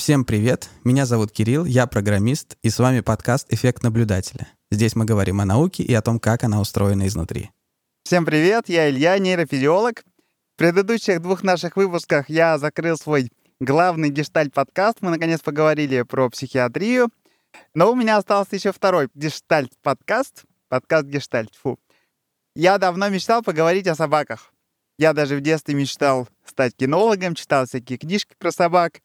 Всем привет, меня зовут Кирилл, я программист, и с вами подкаст «Эффект наблюдателя». Здесь мы говорим о науке и о том, как она устроена изнутри. Всем привет, я Илья, нейрофизиолог. В предыдущих 2 наших выпусках я закрыл свой главный гештальт-подкаст. Мы, наконец, поговорили про психиатрию. Но у меня остался еще второй гештальт-подкаст. Подкаст «Гештальт». Я давно мечтал поговорить о собаках. Я даже в детстве мечтал стать кинологом, читал всякие книжки про собак.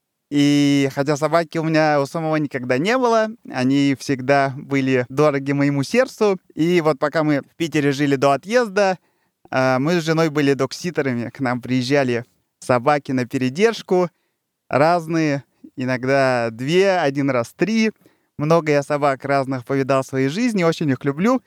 И хотя собаки у меня у самого никогда не было, они всегда были дороги моему сердцу. И вот пока мы в Питере жили до отъезда, мы с женой были догситерами. К нам приезжали собаки на передержку, разные, иногда 2, один раз 3. Много я собак разных повидал в своей жизни, очень их люблю.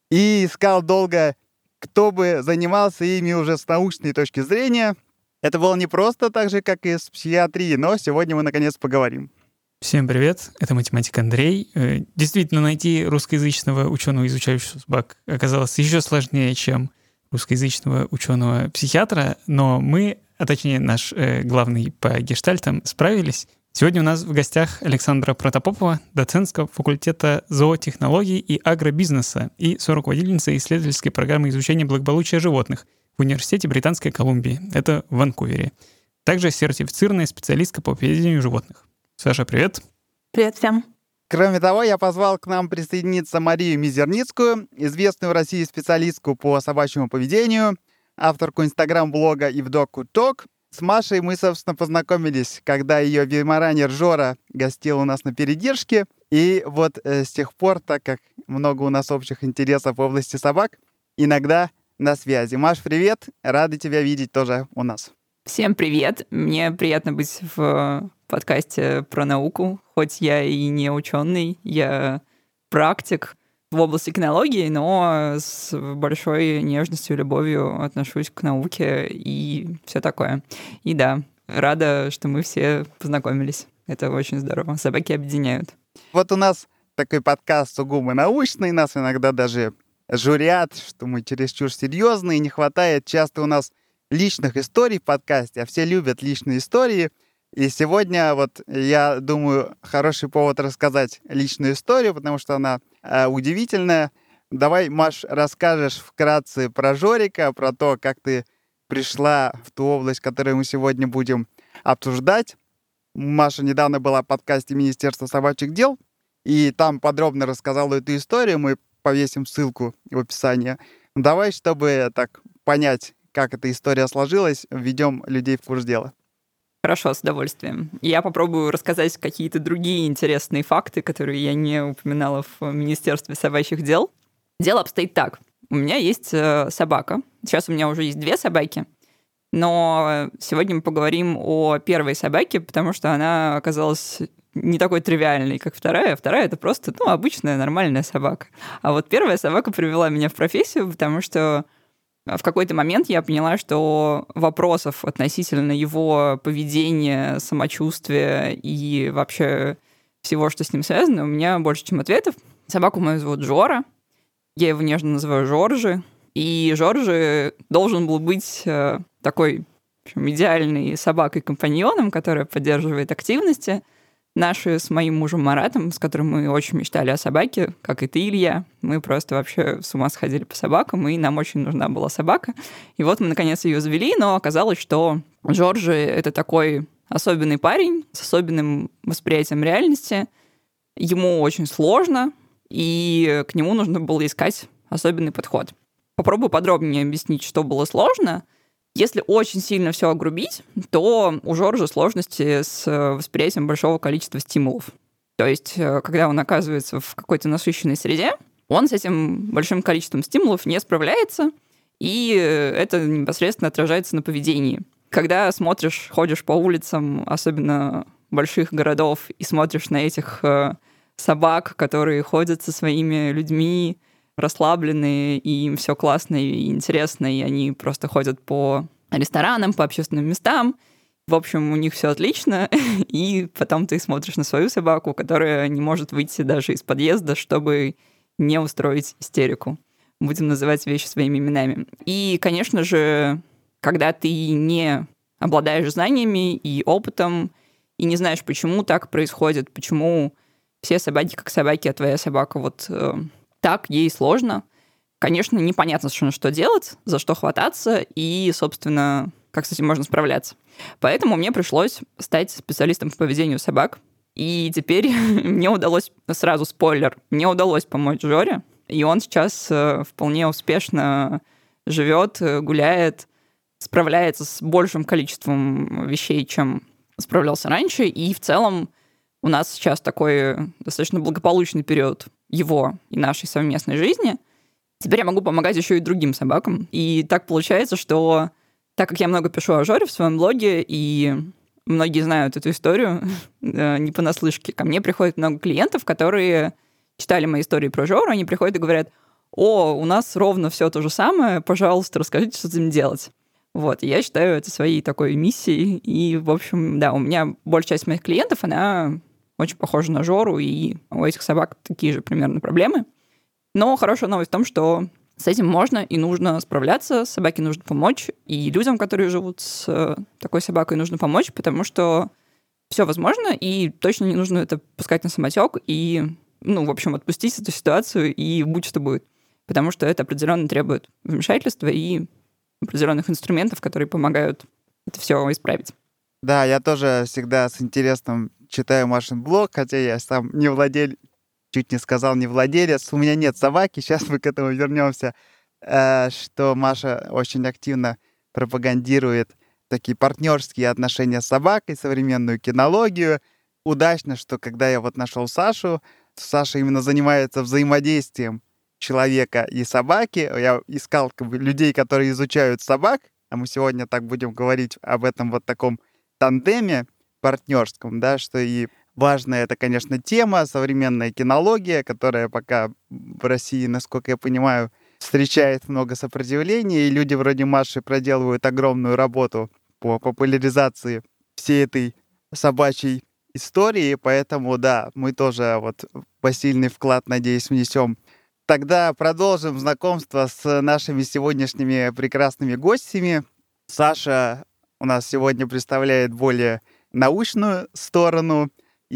И искал долго, кто бы занимался ими уже с научной точки зрения. Это было не просто так же, как и с психиатрией, но сегодня мы наконец поговорим. Всем привет, это математик Андрей. Действительно, найти русскоязычного ученого, изучающего собак, оказалось еще сложнее, чем русскоязычного ученого-психиатра, но мы, а точнее наш главный по гештальтам, справились. Сегодня у нас в гостях Александра Протопопова, доцентского факультета зоотехнологий и агробизнеса и соруководительница исследовательской программы изучения благополучия животных в Университете Британской Колумбии, это в Ванкувере. Также сертифицированная специалистка по поведению животных. Саша, привет. Привет всем. Кроме того, я позвал к нам присоединиться Марию Мизерницкую, известную в России специалистку по собачьему поведению, авторку инстаграм-блога «Ивдок-Куток». С Машей мы, собственно, познакомились, когда ее веймаранер Жора гостил у нас на передержке. И вот с тех пор, так как много у нас общих интересов в области собак, иногда на связи. Маш, привет! Рады тебя видеть тоже у нас. Всем привет! Мне приятно быть в подкасте про науку. Хоть я и не ученый, я практик в области кинологии, но с большой нежностью и любовью отношусь к науке и все такое. И да, рада, что мы все познакомились. Это очень здорово. Собаки объединяют. Вот у нас такой подкаст сугубо научный, нас иногда даже журят, что мы чересчур серьезные, не хватает часто у нас личных историй в подкасте, а все любят личные истории. И сегодня, вот, я думаю, хороший повод рассказать личную историю, потому что она удивительная. Давай, Маш, расскажешь вкратце про Жорика, про то, как ты пришла в ту область, которую мы сегодня будем обсуждать. Маша недавно была в подкасте Министерства собачьих дел, и там подробно рассказала эту историю. Мы повесим ссылку в описании. Давай, чтобы так понять, как эта история сложилась, введем людей в курс дела. Хорошо, с удовольствием. Я попробую рассказать какие-то другие интересные факты, которые я не упоминала в Министерстве собачьих дел. Дело обстоит так. У меня есть собака. Сейчас у меня уже есть 2 собаки. Но сегодня мы поговорим о первой собаке, потому что она оказалась не такой тривиальной, как вторая. Вторая — это просто, обычная нормальная собака. А вот первая собака привела меня в профессию, потому что в какой-то момент я поняла, что вопросов относительно его поведения, самочувствия и вообще всего, что с ним связано, у меня больше, чем ответов. Собаку мою зовут Жора. Я его нежно называю Жоржи. И Жоржи должен был быть такой, в общем, идеальной собакой-компаньоном, которая поддерживает активности. Наши с моим мужем Маратом, с которым мы очень мечтали о собаке, как и ты, Илья. Мы просто вообще с ума сходили по собакам, и нам очень нужна была собака. И вот мы, наконец, ее завели, но оказалось, что Жоржи — это такой особенный парень с особенным восприятием реальности. Ему очень сложно, и к нему нужно было искать особенный подход. Попробую подробнее объяснить, что было сложно. Если очень сильно все огрубить, то у Жоржа сложности с восприятием большого количества стимулов. То есть, когда он оказывается в какой-то насыщенной среде, он с этим большим количеством стимулов не справляется, и это непосредственно отражается на поведении. Когда ходишь по улицам, особенно больших городов, и смотришь на этих собак, которые ходят со своими людьми, расслабленные, и им все классно и интересно, и они просто ходят по ресторанам, по общественным местам. В общем, у них все отлично, и потом ты смотришь на свою собаку, которая не может выйти даже из подъезда, чтобы не устроить истерику. Будем называть вещи своими именами. И, конечно же, когда ты не обладаешь знаниями и опытом, и не знаешь, почему так происходит, почему все собаки как собаки, а твоя собака вот так, ей сложно. Конечно, непонятно совершенно, что делать, за что хвататься и, собственно, как с этим можно справляться. Поэтому мне пришлось стать специалистом по поведению собак. И теперь мне удалось, сразу спойлер, мне удалось помочь Жоре, и он сейчас вполне успешно живет, гуляет, справляется с большим количеством вещей, чем справлялся раньше, и в целом у нас сейчас такой достаточно благополучный период его и нашей совместной жизни. Теперь я могу помогать еще и другим собакам. И так получается, что так как я много пишу о Жоре в своем блоге, и многие знают эту историю не понаслышке, ко мне приходит много клиентов, которые читали мои истории про Жору, они приходят и говорят: «О, у нас ровно все то же самое, пожалуйста, расскажите, что с этим делать». Вот, и я считаю это своей такой миссией. И, в общем, да, у меня большая часть моих клиентов, она очень похожа на Жору, и у этих собак такие же примерно проблемы. Но хорошая новость в том, что с этим можно и нужно справляться, собаке нужно помочь, и людям, которые живут с такой собакой, нужно помочь, потому что все возможно, и точно не нужно это пускать на самотек и, в общем, отпустить эту ситуацию, и будь что будет. Потому что это определенно требует вмешательства и определенных инструментов, которые помогают это все исправить. Да, я тоже всегда с интересом читаю Машин блог, хотя я сам не владелец, чуть не сказал не владелец. У меня нет собаки, сейчас мы к этому вернемся, что Маша очень активно пропагандирует такие партнерские отношения с собакой, современную кинологию. Удачно, что когда я вот нашел Сашу, Саша именно занимается взаимодействием человека и собаки. Я искал людей, которые изучают собак, а мы сегодня так будем говорить об этом вот таком тандеме партнерском, да, что и важная это, конечно, тема, современная кинология, которая пока в России, насколько я понимаю, встречает много сопротивления, и люди вроде Маши проделывают огромную работу по популяризации всей этой собачьей истории, поэтому, да, мы тоже вот посильный вклад, надеюсь, внесем. Тогда продолжим знакомство с нашими сегодняшними прекрасными гостями. Саша у нас сегодня представляет более научную сторону.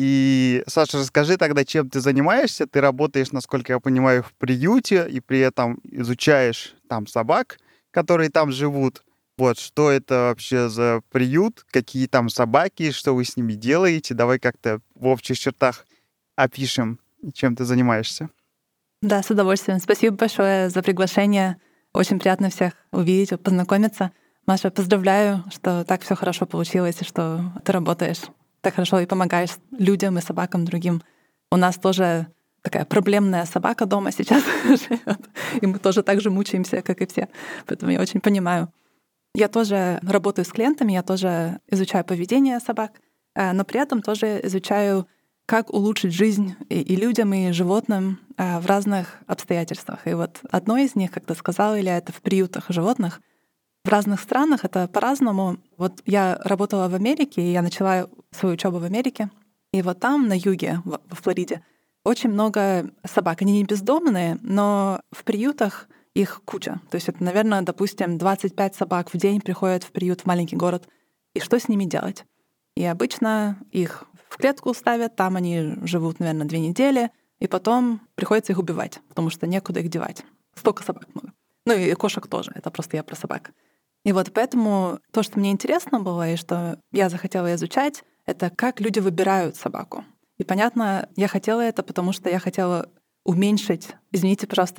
И, Саша, расскажи тогда, чем ты занимаешься. Ты работаешь, насколько я понимаю, в приюте, и при этом изучаешь там собак, которые там живут. Вот, что это вообще за приют, какие там собаки, что вы с ними делаете. Давай как-то в общих чертах опишем, чем ты занимаешься. Да, с удовольствием. Спасибо большое за приглашение. Очень приятно всех увидеть, познакомиться. Маша, поздравляю, что так все хорошо получилось, и что ты работаешь так хорошо и помогаешь людям и собакам другим. У нас тоже такая проблемная собака дома сейчас живет, и мы тоже так же мучаемся, как и все. Поэтому я очень понимаю. Я тоже работаю с клиентами, я тоже изучаю поведение собак, но при этом тоже изучаю, как улучшить жизнь и людям, и животным в разных обстоятельствах. И вот одно из них, как ты сказала, Илья, это в приютах животных. В разных странах это по-разному. Вот я работала в Америке, и я начала свою учебу в Америке. И вот там, на юге, во Флориде, очень много собак. Они не бездомные, но в приютах их куча. То есть это, наверное, допустим, 25 собак в день приходят в приют в маленький город. И что с ними делать? И обычно их в клетку ставят, там они живут, наверное, 2 недели, и потом приходится их убивать, потому что некуда их девать. Столько собак много. Ну и кошек тоже, это просто я про собак. И вот поэтому то, что мне интересно было, и что я захотела изучать, это как люди выбирают собаку. И понятно, я хотела это, потому что я хотела уменьшить... Извините, пожалуйста,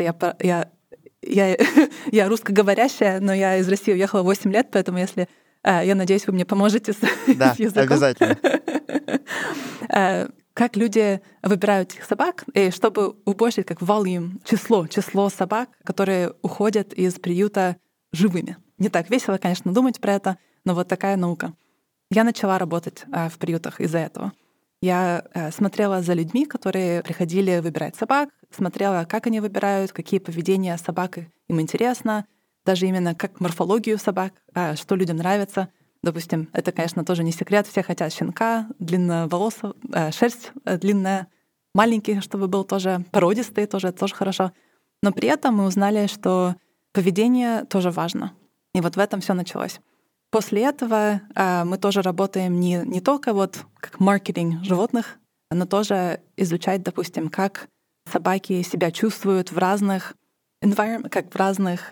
я русскоговорящая, но я из России уехала 8 лет, поэтому если... Я надеюсь, вы мне поможете с языком. Да, обязательно. Как люди выбирают этих собак, и чтобы убавить как volume, число собак, которые уходят из приюта живыми. Не так весело, конечно, думать про это, но вот такая наука. Я начала работать в приютах из-за этого. Я смотрела за людьми, которые приходили выбирать собак, смотрела, как они выбирают, какие поведения собак им интересно, даже именно как морфологию собак, что людям нравится. Допустим, это, конечно, тоже не секрет. Все хотят щенка, длинноволосого, шерсть длинная, маленький, чтобы был тоже породистый, тоже хорошо. Но при этом мы узнали, что поведение тоже важно. И вот в этом все началось. После этого мы тоже работаем не только вот как маркетинг животных, но тоже изучать, допустим, как собаки себя чувствуют в разных environment, как в разных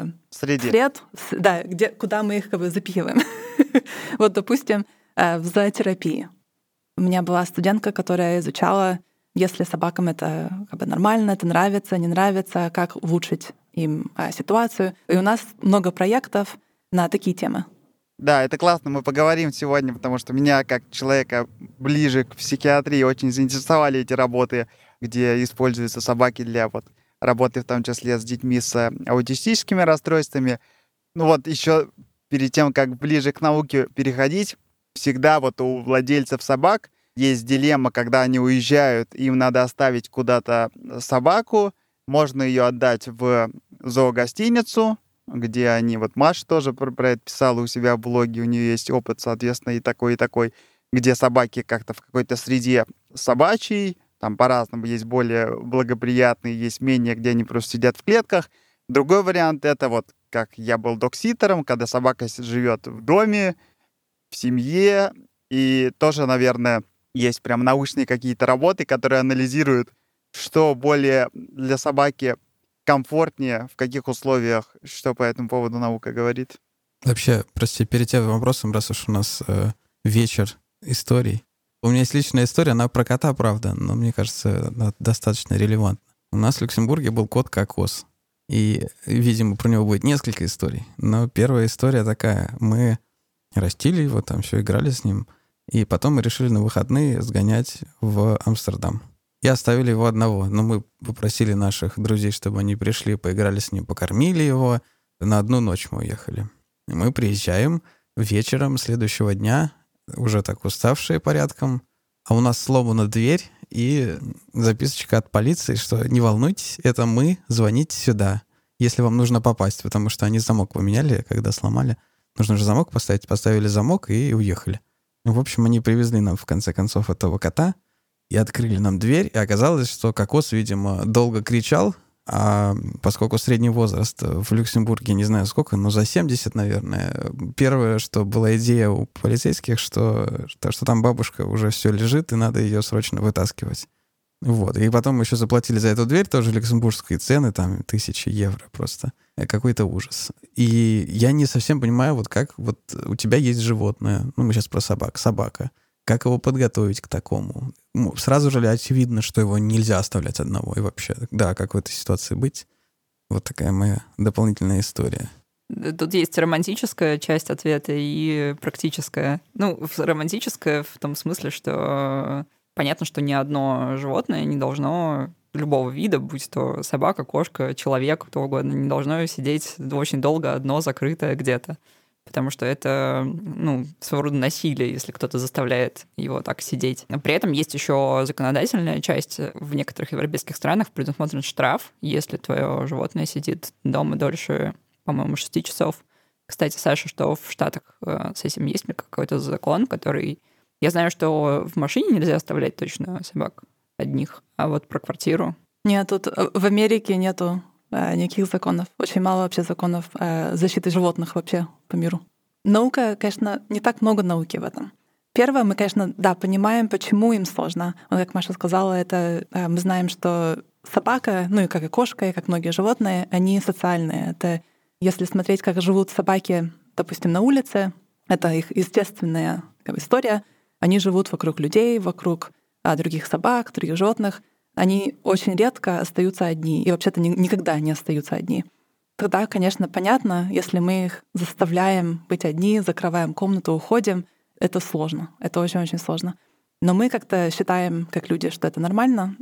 сред, да, куда мы их как бы запихиваем. Вот, допустим, в зоотерапии. У меня была студентка, которая изучала, если собакам это как бы нормально, это нравится, не нравится, как улучшить им ситуацию. И у нас много проектов на такие темы. Да, это классно, мы поговорим сегодня, потому что меня, как человека ближе к психиатрии, очень заинтересовали эти работы, где используются собаки для вот работы, в том числе с детьми с аутистическими расстройствами. Ну вот еще перед тем, как ближе к науке переходить, всегда вот у владельцев собак есть дилемма, когда они уезжают, им надо оставить куда-то собаку, можно ее отдать в зоогостиницу, где они, вот Маша тоже про это писала у себя в блоге, у нее есть опыт, соответственно, и такой, где собаки как-то в какой-то среде собачьей, там по-разному, есть более благоприятные, есть менее, где они просто сидят в клетках. Другой вариант — это вот как я был догситтером, когда собака живет в доме, в семье, и тоже, наверное, есть прям научные какие-то работы, которые анализируют, что более для собаки комфортнее, в каких условиях, что по этому поводу наука говорит. Вообще, прости, перед тем вопросом, раз уж у нас вечер историй. У меня есть личная история, она про кота, правда, но мне кажется, она достаточно релевантна. У нас в Люксембурге был кот Кокос. И, видимо, про него будет несколько историй. Но первая история такая. Мы растили его, там все играли с ним. И потом мы решили на выходные сгонять в Амстердам. И оставили его одного. Но мы попросили наших друзей, чтобы они пришли, поиграли с ним, покормили его. На одну ночь мы уехали. И мы приезжаем вечером следующего дня, уже так уставшие порядком, а у нас сломана дверь и записочка от полиции, что не волнуйтесь, это мы, звоните сюда, если вам нужно попасть, потому что они замок поменяли, когда сломали. Нужно же замок поставить. Поставили замок и уехали. В общем, они привезли нам, в конце концов, этого кота и открыли нам дверь, и оказалось, что Кокос, видимо, долго кричал, а поскольку средний возраст в Люксембурге, не знаю сколько, но за 70, наверное, первое, что была идея у полицейских, что там бабушка уже все лежит, и надо ее срочно вытаскивать. Вот. И потом мы еще заплатили за эту дверь, тоже люксембургские цены, там 1000 евро просто. Какой-то ужас. И я не совсем понимаю, вот как вот у тебя есть животное, ну мы сейчас про собака. Как его подготовить к такому? Сразу же ли очевидно, что его нельзя оставлять одного? И вообще, да, как в этой ситуации быть? Вот такая моя дополнительная история. Тут есть романтическая часть ответа и практическая. Ну, романтическая в том смысле, что понятно, что ни одно животное не должно любого вида, будь то собака, кошка, человек, кто угодно, не должно сидеть очень долго одно, закрытое где-то. Потому что это, своего рода насилие, если кто-то заставляет его так сидеть. Но при этом есть еще законодательная часть. В некоторых европейских странах предусмотрен штраф, если твое животное сидит дома дольше, по-моему, 6 часов. Кстати, Саша, что в Штатах с этим есть ли какой-то закон, который... Я знаю, что в машине нельзя оставлять точно собак одних, а вот про квартиру... Нет, тут в Америке нету никаких законов. Очень мало вообще законов защиты животных вообще по миру. Наука, конечно, не так много науки в этом. Первое, мы, конечно, да, понимаем, почему им сложно. Вот как Маша сказала, это мы знаем, что собака, ну и как и кошка, и как многие животные, они социальные. Это если смотреть, как живут собаки, допустим, на улице, это их естественная история. Они живут вокруг людей, вокруг других собак, других животных. Они очень редко остаются одни, и вообще-то никогда не остаются одни. Тогда, конечно, понятно, если мы их заставляем быть одни, закрываем комнату, уходим, это сложно, это очень-очень сложно. Но мы как-то считаем, как люди, что это нормально,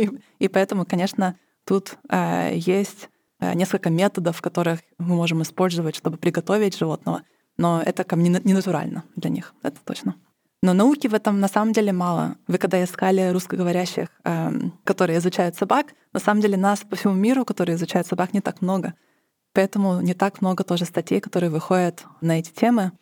и поэтому, конечно, тут есть несколько методов, которых мы можем использовать, чтобы приготовить животного, но это как не натурально для них, это точно. Но науки в этом на самом деле мало. Вы когда искали русскоговорящих, которые изучают собак, на самом деле нас по всему миру, которые изучают собак, не так много. Поэтому не так много тоже статей, которые выходят на эти темы.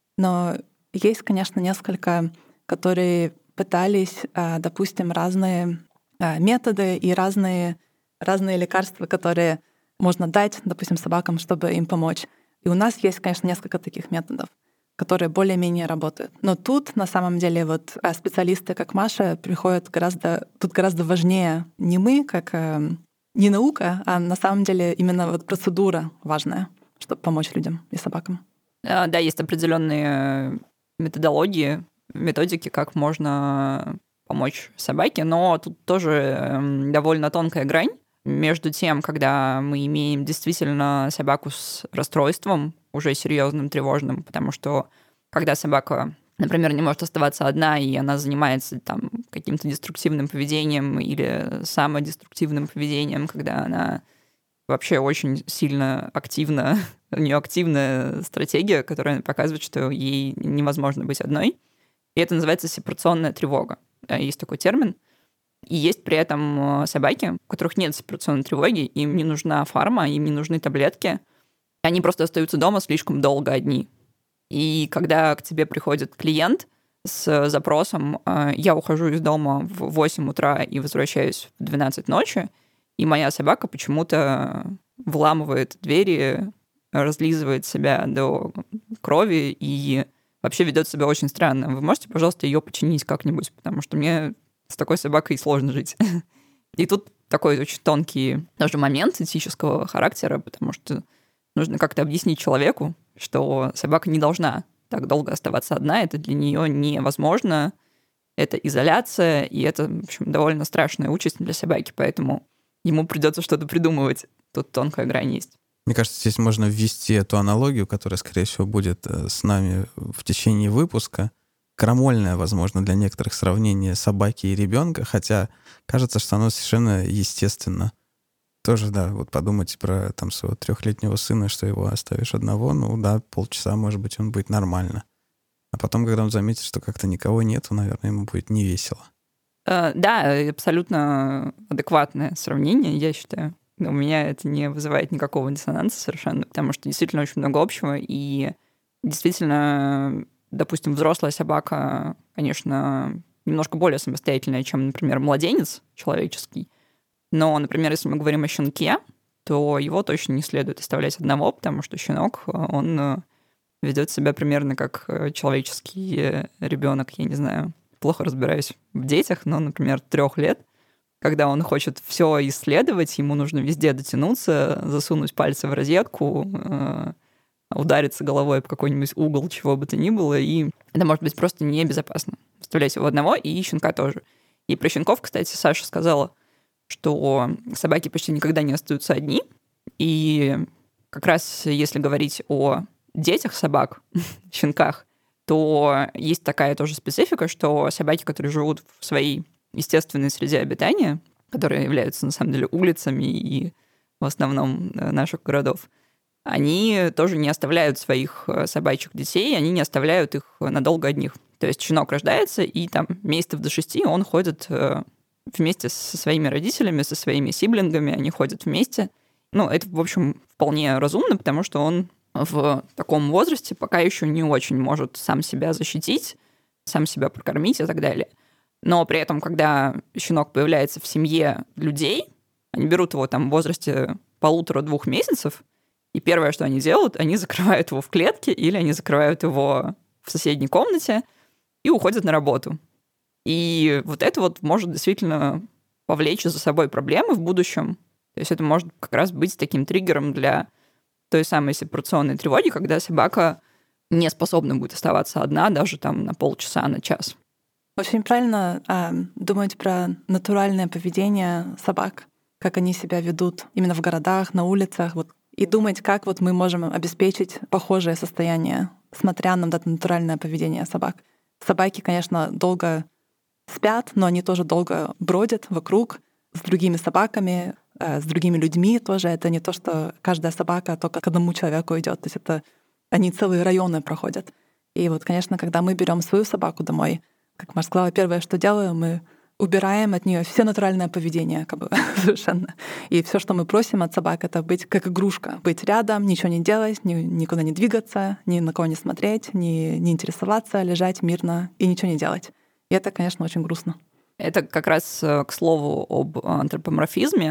Но есть, конечно, несколько, которые пытались, допустим, разные методы и разные лекарства, которые можно дать, допустим, собакам, чтобы им помочь. И у нас есть, конечно, несколько таких методов. которые более-менее работают. Но тут, на самом деле, вот специалисты, как Маша, приходят гораздо важнее не мы, как не наука, а на самом деле именно вот процедура важная, чтобы помочь людям и собакам. Да, есть определенные методологии, методики, как можно помочь собаке, но тут тоже довольно тонкая грань между тем, когда мы имеем действительно собаку с расстройством, уже серьезным, тревожным, потому что когда собака, например, не может оставаться одна, и она занимается там каким-то деструктивным поведением или самодеструктивным поведением, когда она вообще очень сильно активна, у нее активная стратегия, которая показывает, что ей невозможно быть одной. И это называется сепарационная тревога. Есть такой термин. И есть при этом собаки, у которых нет сепарационной тревоги, им не нужна фарма, им не нужны таблетки. Они просто остаются дома слишком долго одни. И когда к тебе приходит клиент с запросом «я ухожу из дома в 8 утра и возвращаюсь в 12 ночи», и моя собака почему-то вламывает двери, разлизывает себя до крови и вообще ведет себя очень странно. Вы можете, пожалуйста, ее починить как-нибудь, потому что мне с такой собакой сложно жить. И тут такой очень тонкий даже момент этического характера, потому что нужно как-то объяснить человеку, что собака не должна так долго оставаться одна, это для нее невозможно, это изоляция, и это, в общем, довольно страшная участь для собаки, поэтому ему придется что-то придумывать. Тут тонкая грань есть. Мне кажется, здесь можно ввести эту аналогию, которая, скорее всего, будет с нами в течение выпуска. Крамольное, возможно, для некоторых сравнение собаки и ребенка, хотя кажется, что оно совершенно естественно. Тоже, да, вот подумать про там своего 3-летнего сына, что его оставишь одного, ну да, полчаса, может быть, он будет нормально. А потом, когда он заметит, что как-то никого нету, наверное, ему будет невесело. Да, абсолютно адекватное сравнение, я считаю. У меня это не вызывает никакого диссонанса совершенно, потому что действительно очень много общего, и действительно, допустим, взрослая собака, конечно, немножко более самостоятельная, чем, например, младенец человеческий. Но, например, если мы говорим о щенке, то его точно не следует оставлять одного, потому что щенок, он ведет себя примерно как человеческий ребенок, я не знаю, плохо разбираюсь в детях, но, например, 3 лет, когда он хочет все исследовать, ему нужно везде дотянуться, засунуть пальцы в розетку, удариться головой об какой-нибудь угол, чего бы то ни было, и это может быть просто небезопасно. Оставлять его одного, и щенка тоже. И про щенков, кстати, Саша сказала, что собаки почти никогда не остаются одни, и как раз если говорить о детях собак, щенках, то есть такая тоже специфика, что собаки, которые живут в своей естественной среде обитания, которые являются, на самом деле, улицами и в основном наших городов, они тоже не оставляют своих собачьих детей, они не оставляют их надолго одних. То есть щенок рождается, и там месяцев до 6 он ходит вместе со своими родителями, со своими сиблингами, они ходят вместе. Ну, это, в общем, вполне разумно, потому что он в таком возрасте пока еще не очень может сам себя защитить, сам себя прокормить и так далее. Но при этом, когда щенок появляется в семье людей, они берут его там в возрасте 1,5-2 месяцев, и первое, что они делают, они закрывают его в клетке или они закрывают его в соседней комнате и уходят на работу. И вот это вот может действительно повлечь за собой проблемы в будущем. То есть это может как раз быть таким триггером для той самой сепарационной тревоги, когда собака не способна будет оставаться одна даже там на полчаса, на час. Очень правильно думать про натуральное поведение собак, как они себя ведут именно в городах, на улицах, вот, и думать, как вот мы можем обеспечить похожее состояние, смотря на это натуральное поведение собак. Собаки, конечно, долго спят, но они тоже долго бродят вокруг с другими собаками, с другими людьми тоже. Это не то, что каждая собака только к одному человеку идет. То есть это они целые районы проходят. И вот, конечно, когда мы берем свою собаку домой, как Маша сказала, первое, что делаем, мы убираем от нее все натуральное поведение, как бы совершенно. И все, что мы просим от собак, это быть как игрушка, быть рядом, ничего не делать, никуда не двигаться, ни на кого не смотреть, не интересоваться, лежать мирно и ничего не делать. И это, конечно, очень грустно. Это как раз к слову об антропоморфизме.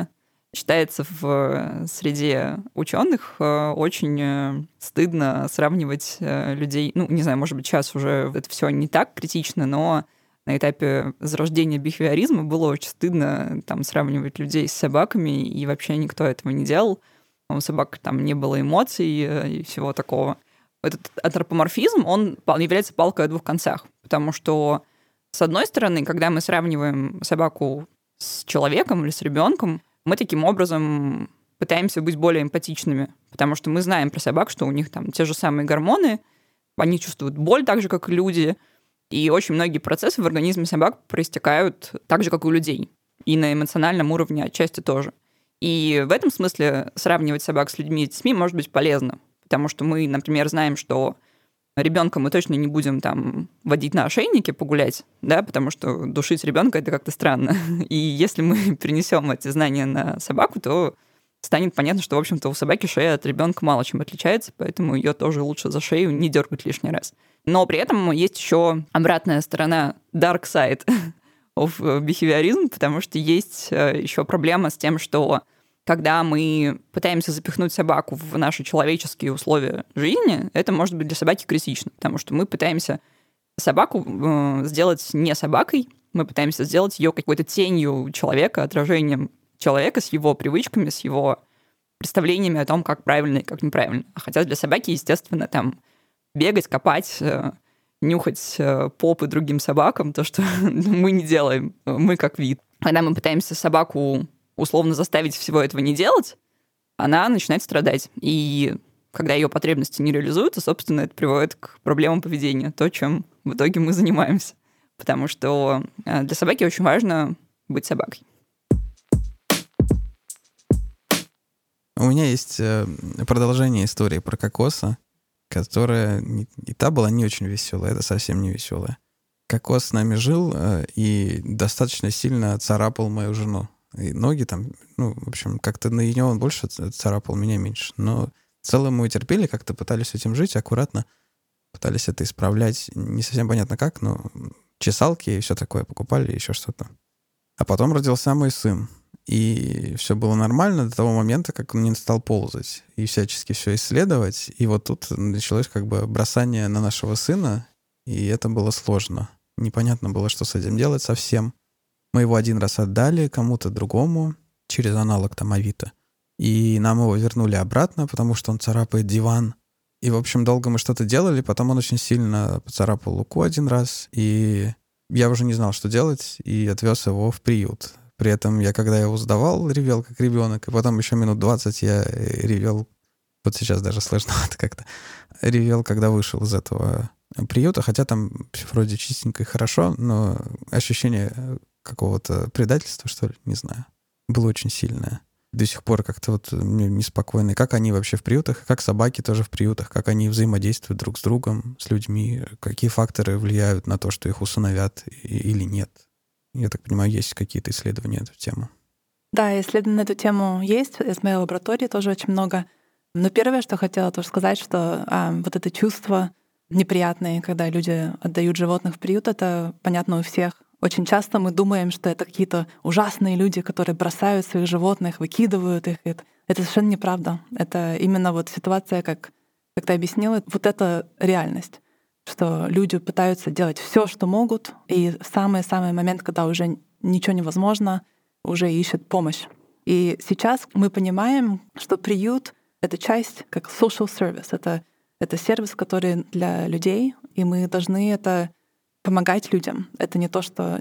Считается в среде ученых очень стыдно сравнивать людей. Ну, не знаю, может быть, сейчас уже это все не так критично, но на этапе зарождения бихевиоризма было очень стыдно там сравнивать людей с собаками, и вообще никто этого не делал. У собак там не было эмоций и всего такого. Этот антропоморфизм, он является палкой о двух концах, потому что, с одной стороны, когда мы сравниваем собаку с человеком или с ребенком, мы таким образом пытаемся быть более эмпатичными, потому что мы знаем про собак, что у них там те же самые гормоны, они чувствуют боль так же, как и люди, и очень многие процессы в организме собак проистекают так же, как и у людей, и на эмоциональном уровне отчасти тоже. И в этом смысле сравнивать собак с людьми и детьми может быть полезно, потому что мы, например, знаем, что ребенка мы точно не будем там водить на ошейнике погулять, да, потому что душить ребенка это как-то странно. И если мы перенесем эти знания на собаку, то станет понятно, что, в общем-то, у собаки шея от ребенка мало чем отличается, поэтому ее тоже лучше за шею не дергать лишний раз. Но при этом есть еще обратная сторона, dark side of behaviorism, потому что есть еще проблема с тем, что когда мы пытаемся запихнуть собаку в наши человеческие условия жизни, это может быть для собаки критично, потому что мы пытаемся собаку сделать не собакой, мы пытаемся сделать ее какой-то тенью человека, отражением человека с его привычками, с его представлениями о том, как правильно и как неправильно. Хотя для собаки, естественно, там бегать, копать, нюхать попы другим собакам, то, что мы не делаем, мы как вид. Когда мы пытаемся собаку условно заставить всего этого не делать, она начинает страдать. И когда ее потребности не реализуются, собственно, это приводит к проблемам поведения, то, чем в итоге мы занимаемся. Потому что для собаки очень важно быть собакой. У меня есть продолжение истории про кокоса, которая и та была не очень веселая, это совсем не веселая. Кокос с нами жил и достаточно сильно царапал мою жену. И ноги там, ну, в общем, как-то на нее он больше царапал, меня меньше. Но в целом мы терпели, как-то пытались с этим жить, аккуратно пытались это исправлять. Не совсем понятно как, но чесалки и все такое покупали, еще что-то. А потом родился мой сын. И все было нормально до того момента, как он не стал ползать и всячески все исследовать. И вот тут началось как бы бросание на нашего сына, и это было сложно. Непонятно было, что с этим делать совсем. Мы его один раз отдали кому-то другому через аналог там Авито. И нам его вернули обратно, потому что он царапает диван. И, в общем, долго мы что-то делали. Потом он очень сильно поцарапал Луку один раз. И я уже не знал, что делать, и отвез его в приют. При этом я, когда его сдавал, ревел как ребенок. И потом еще минут 20 я ревел. Вот сейчас даже сложновато как-то. Ревел, когда вышел из этого приюта. Хотя там все вроде чистенько и хорошо, но ощущение какого-то предательства, что ли, не знаю, было очень сильное. До сих пор как-то вот мне неспокойно. Как они вообще в приютах, как собаки тоже в приютах, как они взаимодействуют друг с другом, с людьми, какие факторы влияют на то, что их усыновят или нет. Я так понимаю, есть какие-то исследования на эту тему. Да, исследований на эту тему есть. Из моей лаборатории тоже очень много. Но первое, что хотела тоже сказать, что вот это чувство неприятное, когда люди отдают животных в приют, это понятно у всех. Очень часто мы думаем, что это какие-то ужасные люди, которые бросают своих животных, выкидывают их. Это совершенно неправда. Это именно вот ситуация, как ты объяснила, вот это реальность, что люди пытаются делать все, что могут, и в самый-самый момент, когда уже ничего невозможно, уже ищут помощь. И сейчас мы понимаем, что приют — это часть как social service. Это сервис, который для людей, и мы должны это помогать людям. Это не то, что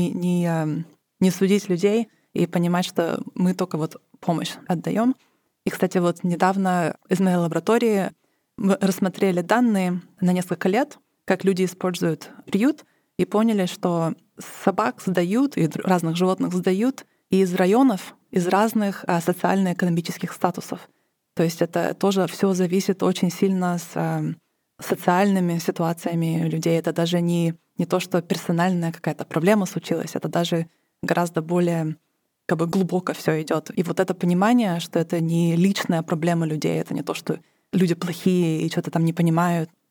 не судить людей и понимать, что мы только вот помощь отдаем. И, кстати, вот недавно из моей лаборатории мы рассмотрели данные на несколько лет, как люди используют приют, и поняли, что собак сдают, и разных животных сдают из районов, из разных социально-экономических статусов. То есть это тоже все зависит очень сильно с социальными ситуациями людей. Это даже не то, что персональная какая-то проблема случилась, это даже гораздо более как бы глубоко все идет. И вот это понимание, что это не личная проблема людей, это не то, что люди плохие и что-то там не понимают.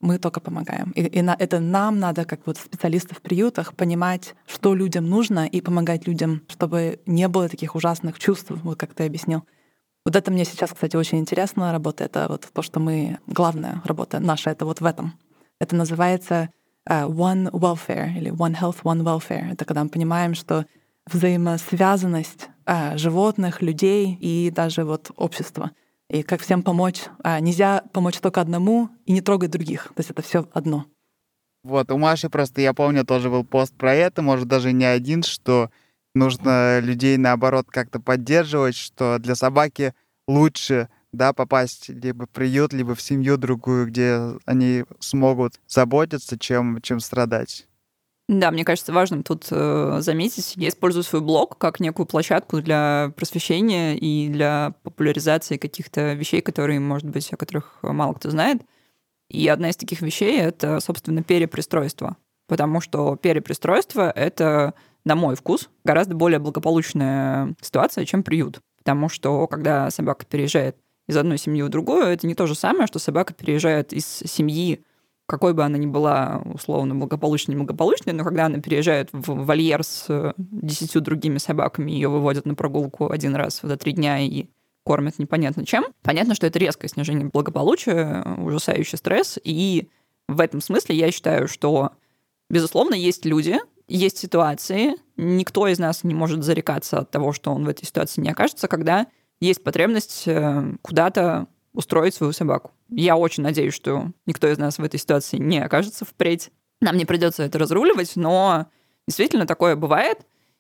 мы только помогаем. Это нам надо, как вот специалисты в приютах, понимать, что людям нужно, и помогать людям, чтобы не было таких ужасных чувств, вот как ты объяснил. Вот это мне сейчас, кстати, очень интересно работа. Это вот то, что главная работа наша, это вот в этом. Это называется One Welfare или One Health, One Welfare. Это когда мы понимаем, что взаимосвязанность животных, людей и даже вот общества. И как всем помочь. Нельзя помочь только одному и не трогать других. То есть это все одно. Вот, у Маши просто, я помню, тоже был пост про это, может, даже не один, что нужно людей, наоборот, как-то поддерживать, что для собаки лучше, да, попасть либо в приют, либо в семью другую, где они смогут заботиться, чем страдать. Да, мне кажется важным тут заметить, я использую свой блог как некую площадку для просвещения и для популяризации каких-то вещей, которые, может быть, о которых мало кто знает. И одна из таких вещей — это, собственно, перепристройство. Потому что перепристройство — это, на мой вкус, гораздо более благополучная ситуация, чем приют. Потому что, когда собака переезжает из одной семьи в другую, это не то же самое, что собака переезжает из семьи, какой бы она ни была условно благополучной, неблагополучной, но когда она переезжает в вольер с 10 другими собаками, ее выводят на прогулку один раз за 3 дня и кормят непонятно чем, понятно, что это резкое снижение благополучия, ужасающий стресс, и в этом смысле я считаю, что, безусловно, есть люди, есть ситуации, никто из нас не может зарекаться от того, что он в этой ситуации не окажется, когда есть потребность куда-то устроить свою собаку. Я очень надеюсь, что никто из нас в этой ситуации не окажется впредь. Нам не придется это разруливать, но действительно такое бывает.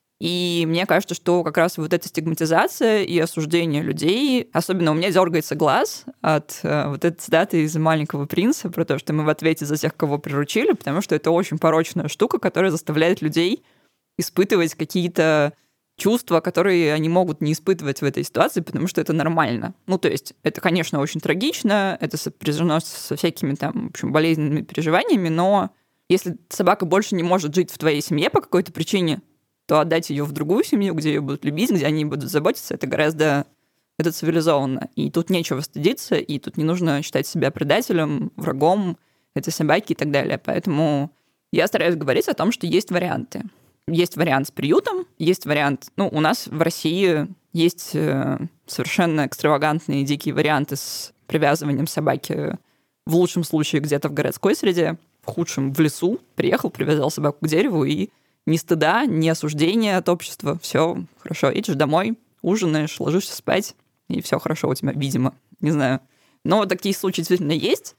И мне кажется, что как раз вот эта стигматизация и осуждение людей, особенно у меня дергается глаз от вот этой цитаты из «Маленького принца» про то, что мы в ответе за тех, кого приручили, потому что это очень порочная штука, которая заставляет людей испытывать какие-то чувства, которые они могут не испытывать в этой ситуации, потому что это нормально. Ну, то есть это, конечно, очень трагично, это сопряжено со всякими там, в общем, болезненными переживаниями, но если собака больше не может жить в твоей семье по какой-то причине, то отдать ее в другую семью, где ее будут любить, где они будут заботиться, это гораздо цивилизованно. И тут нечего стыдиться, и тут не нужно считать себя предателем, врагом этой собаки и так далее. Поэтому я стараюсь говорить о том, что есть варианты. Есть вариант с приютом, есть вариант... Ну, у нас в России есть совершенно экстравагантные дикие варианты с привязыванием собаки в лучшем случае где-то в городской среде, в худшем в лесу. Приехал, привязал собаку к дереву, и ни стыда, ни осуждения от общества. Все хорошо. Идешь домой, ужинаешь, ложишься спать, и все хорошо у тебя, видимо. Не знаю. Но такие случаи действительно есть.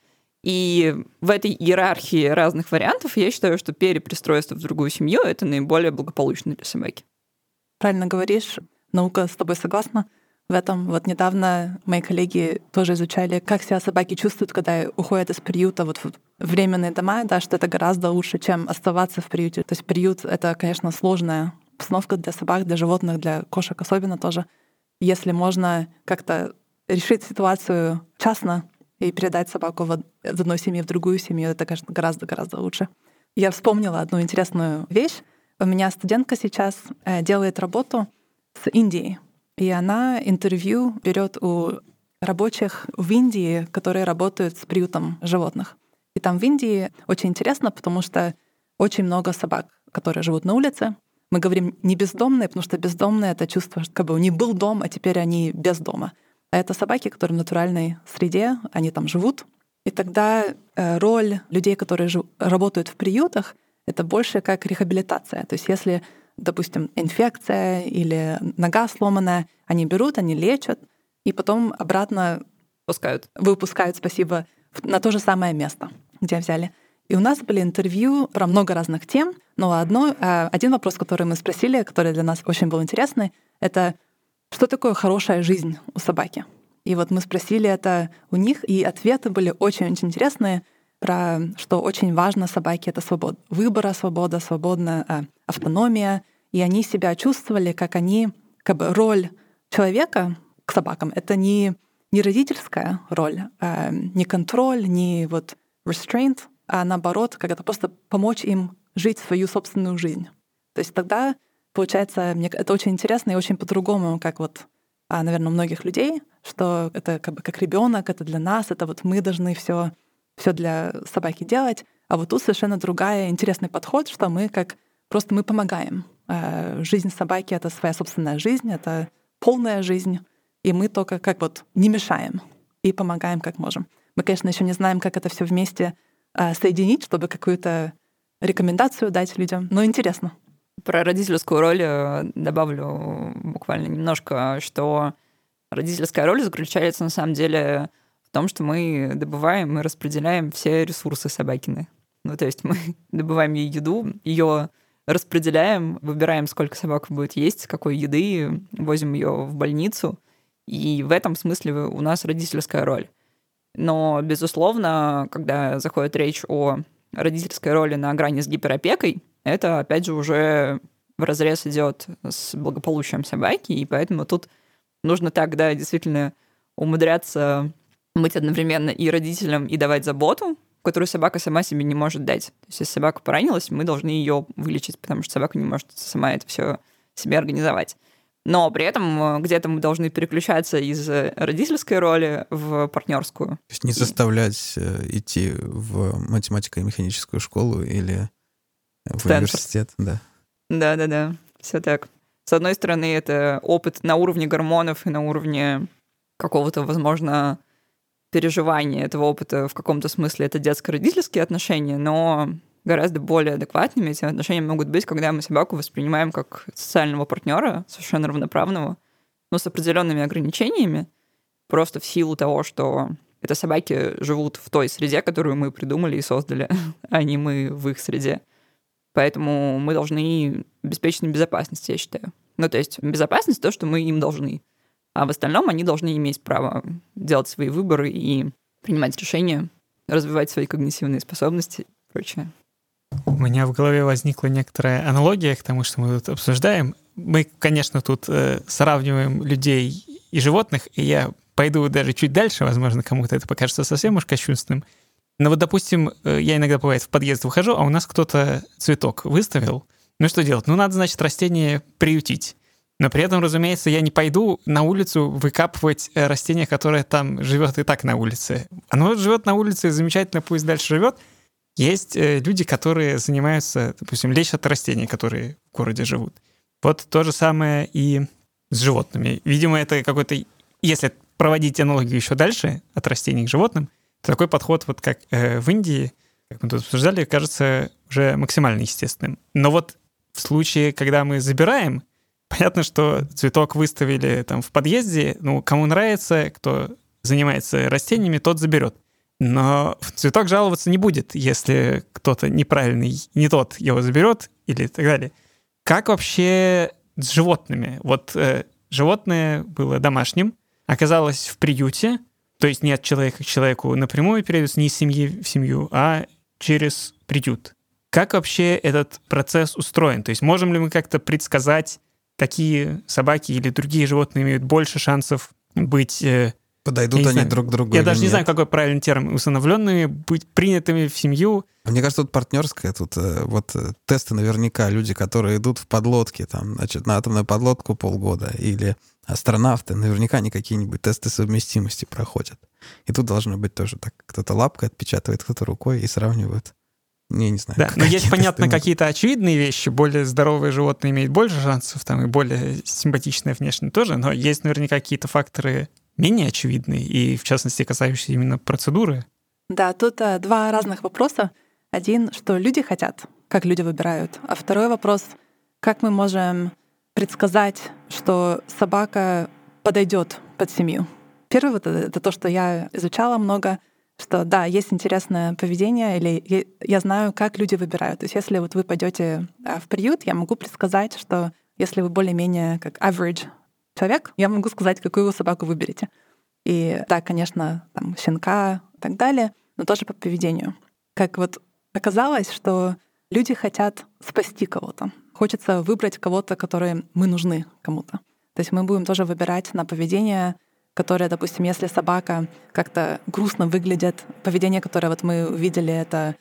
И в этой иерархии разных вариантов я считаю, что перепристройство в другую семью — это наиболее благополучно для собаки. Правильно говоришь. Наука с тобой согласна в этом. Вот недавно мои коллеги тоже изучали, как себя собаки чувствуют, когда уходят из приюта вот в временные дома, да, что это гораздо лучше, чем оставаться в приюте. То есть приют — это, конечно, сложная обстановка для собак, для животных, для кошек особенно тоже. Если можно как-то решить ситуацию частно и передать собаку из одной семьи в другую семью, это, конечно, гораздо-гораздо лучше. Я вспомнила одну интересную вещь. У меня студентка сейчас делает работу с Индией, и она интервью берет у рабочих в Индии, которые работают с приютом животных. И там в Индии очень интересно, потому что очень много собак, которые живут на улице. Мы говорим не бездомные, потому что бездомные — это чувство, что как бы у них был дом, а теперь они без дома. А это собаки, которые в натуральной среде, они там живут. И тогда роль людей, которые работают в приютах, это больше как рехабилитация. То есть если, допустим, инфекция или нога сломанная, они берут, они лечат, и потом обратно выпускают, спасибо, на то же самое место, где взяли. И у нас были интервью про много разных тем, но один вопрос, который мы спросили, который для нас очень был интересный, это что такое хорошая жизнь у собаки? И вот мы спросили это у них, и ответы были очень-очень интересные, про что очень важно собаке — это свобода выбора, свободная автономия. И они себя чувствовали, как роль человека к собакам — это не родительская роль, не контроль, не вот restraint, а наоборот, как это просто помочь им жить свою собственную жизнь. То есть тогда, получается, мне это очень интересно и очень по-другому, как вот, наверное, у многих людей, что это как ребенок, это для нас, это вот мы должны все все для собаки делать. А вот тут совершенно другая, интересный подход, что мы просто мы помогаем. Жизнь собаки — это своя собственная жизнь, это полная жизнь, и мы только не мешаем и помогаем как можем. Мы, конечно, еще не знаем, как это все вместе соединить, чтобы какую-то рекомендацию дать людям, но интересно. Про родительскую роль добавлю буквально немножко, что родительская роль заключается на самом деле в том, что мы добываем и распределяем все ресурсы собакины. То есть мы добываем ей еду, ее распределяем, выбираем, сколько собака будет есть, какой еды, возим ее в больницу. И в этом смысле у нас родительская роль. Но, безусловно, когда заходит речь о родительской роли на грани с гиперопекой, это, опять же, уже вразрез идет с благополучием собаки, и поэтому тут нужно тогда действительно умудряться быть одновременно и родителем, и давать заботу, которую собака сама себе не может дать. То есть, если собака поранилась, мы должны ее вылечить, потому что собака не может сама это все себе организовать. Но при этом где-то мы должны переключаться из родительской роли в партнерскую. То есть не заставлять идти в математико-механическую школу или в университет. Да. Да, все так. С одной стороны, это опыт на уровне гормонов и на уровне какого-то, возможно, переживания этого опыта в каком-то смысле. Это детско-родительские отношения, но гораздо более адекватными эти отношения могут быть, когда мы собаку воспринимаем как социального партнера, совершенно равноправного, но с определенными ограничениями, просто в силу того, что это собаки живут в той среде, которую мы придумали и создали, а не мы в их среде. Поэтому мы должны обеспечить им безопасность, я считаю. То есть безопасность — то, что мы им должны. А в остальном они должны иметь право делать свои выборы и принимать решения, развивать свои когнитивные способности и прочее. У меня в голове возникла некоторая аналогия к тому, что мы тут обсуждаем. Мы, конечно, тут сравниваем людей и животных, и я пойду даже чуть дальше, возможно, кому-то это покажется совсем уж кощунственным. Но допустим, я иногда, бывает, в подъезд выхожу, а у нас кто-то цветок выставил. Что делать? Надо, значит, растение приютить. Но при этом, разумеется, я не пойду на улицу выкапывать растение, которое там живет и так на улице. Оно живет на улице, замечательно, пусть дальше живет. Есть люди, которые занимаются, допустим, лечат растения, которые в городе живут. Вот то же самое и с животными. Видимо, это какой-то... Если проводить аналогию еще дальше от растений к животным, то такой подход, вот как в Индии, как мы тут обсуждали, кажется уже максимально естественным. Но вот в случае, когда мы забираем, понятно, что цветок выставили там в подъезде, кому нравится, кто занимается растениями, тот заберет. Но цветок жаловаться не будет, если кто-то неправильный, не тот его заберет или так далее. Как вообще с животными? Вот животное было домашним, оказалось в приюте, то есть не от человека к человеку напрямую передается, не из семьи в семью, а через приют. Как вообще этот процесс устроен? То есть можем ли мы как-то предсказать, какие собаки или другие животные имеют больше шансов быть... Подойдут они друг к другу. Я даже не знаю, какой правильный термин. Усыновленными, быть принятыми в семью. Мне кажется, тут партнерская, тут вот тесты наверняка, люди, которые идут в подлодке, там, значит, на атомную подлодку полгода, или астронавты, наверняка они какие-нибудь тесты совместимости проходят. И тут должно быть тоже так, кто-то лапкой отпечатывает, кто-то рукой и сравнивают. Я не знаю. Да, но есть, понятно, какие-то очевидные вещи. Более здоровые животные имеют больше шансов, там, и более симпатичные внешне тоже, но есть наверняка какие-то факторы менее очевидные, и, в частности, касающиеся именно процедуры. Да, тут два разных вопроса. Один, что люди хотят, как люди выбирают. А второй вопрос, как мы можем предсказать, что собака подойдет под семью. Первый вот это то, что я изучала много, что да, есть интересное поведение, или я знаю, как люди выбирают. То есть если вот вы пойдете в приют, я могу предсказать, что если вы более-менее как average человек, я могу сказать, какую вы собаку выберете. И да, конечно, там щенка и так далее, но тоже по поведению. Как вот оказалось, что люди хотят спасти кого-то. Хочется выбрать кого-то, который мы нужны кому-то. То есть мы будем тоже выбирать на поведение, которое, допустим, если собака как-то грустно выглядит, поведение, которое вот мы увидели, это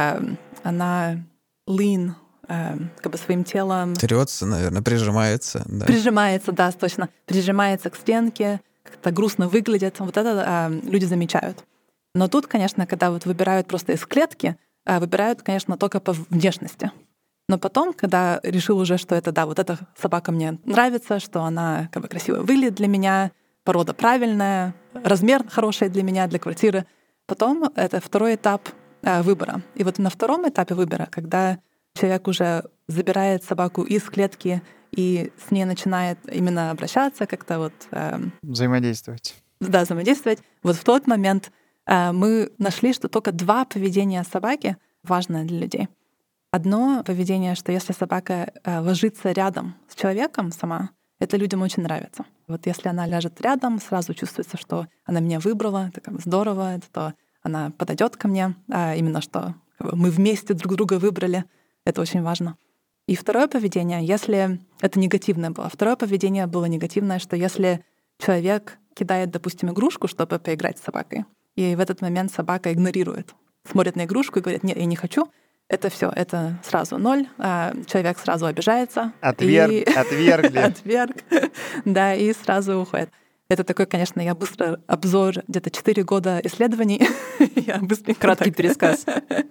она lean, как бы своим телом... Трется, наверное, прижимается. Да. Прижимается, да, точно. Прижимается к стенке, как-то грустно выглядит. Вот это люди замечают. Но тут, конечно, когда вот выбирают просто из клетки, выбирают, конечно, только по внешности. Но потом, когда решил уже, что это, да, вот эта собака мне нравится, что она как бы красиво выглядит для меня, порода правильная, размер хороший для меня, для квартиры, потом это второй этап выбора. И вот на втором этапе выбора, когда человек уже забирает собаку из клетки и с ней начинает именно обращаться, как-то вот... Взаимодействовать. Да, взаимодействовать. Вот в тот момент мы нашли, что только 2 поведения собаки важно для людей. Одно поведение, что если собака ложится рядом с человеком сама, это людям очень нравится. Вот если она ляжет рядом, сразу чувствуется, что она меня выбрала, это как бы здорово, это то она подойдет ко мне, именно что как бы мы вместе друг друга выбрали, это очень важно. И второе поведение, если это негативное было, второе поведение было негативное, что если человек кидает, допустим, игрушку, чтобы поиграть с собакой, и в этот момент собака игнорирует, смотрит на игрушку и говорит: нет, я не хочу, это все, это сразу 0, человек сразу обижается. Отвергли. Отверг, да, и сразу уходит. Это такой, конечно, я быстро обзор, где-то 4 года исследований. Я быстренько Краткий пересказ.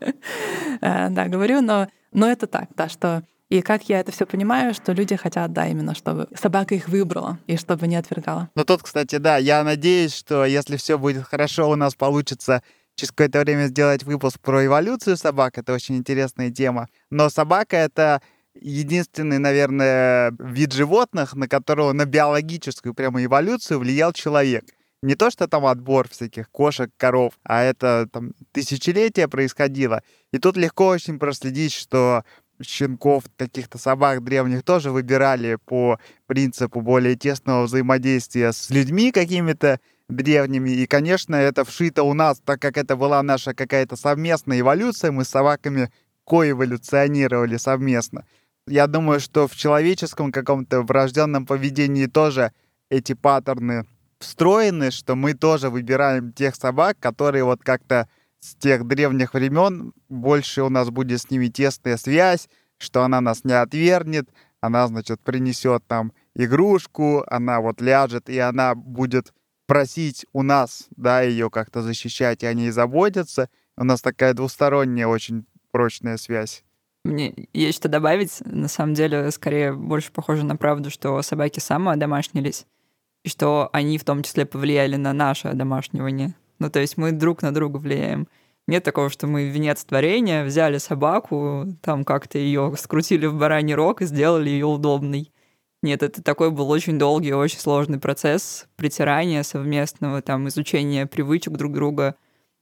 Да, говорю, но это так, да, что... И как я это все понимаю, что люди хотят, да, именно чтобы собака их выбрала и чтобы не отвергала. Ну тут, кстати, да, я надеюсь, что если все будет хорошо, у нас получится через какое-то время сделать выпуск про эволюцию собак. Это очень интересная тема. Но собака — это единственный, наверное, вид животных, на которого на биологическую прямо эволюцию влиял человек. Не то, что там отбор всяких кошек, коров, а это там тысячелетия происходило. И тут легко очень проследить, что щенков, каких-то собак древних тоже выбирали по принципу более тесного взаимодействия с людьми какими-то древними. И, конечно, это вшито у нас, так как это была наша какая-то совместная эволюция, мы с собаками коэволюционировали совместно. Я думаю, что в человеческом каком-то врожденном поведении тоже эти паттерны встроены, что мы тоже выбираем тех собак, которые вот как-то с тех древних времен больше у нас будет с ними тесная связь, что она нас не отвергнет, она, значит, принесет нам игрушку, она вот ляжет, и она будет просить у нас, да, ее как-то защищать и о ней заботиться. У нас такая двусторонняя, очень прочная связь. Мне есть что добавить. На самом деле, скорее, больше похоже на правду, что собаки самоодомашнились, и что они в том числе повлияли на наше одомашнивание. Ну, то есть мы друг на друга влияем. Нет такого, что мы венец творения, взяли собаку, там как-то ее скрутили в бараний рог и сделали ее удобной. Нет, это такой был очень долгий, очень сложный процесс притирания совместного, там, изучения привычек друг друга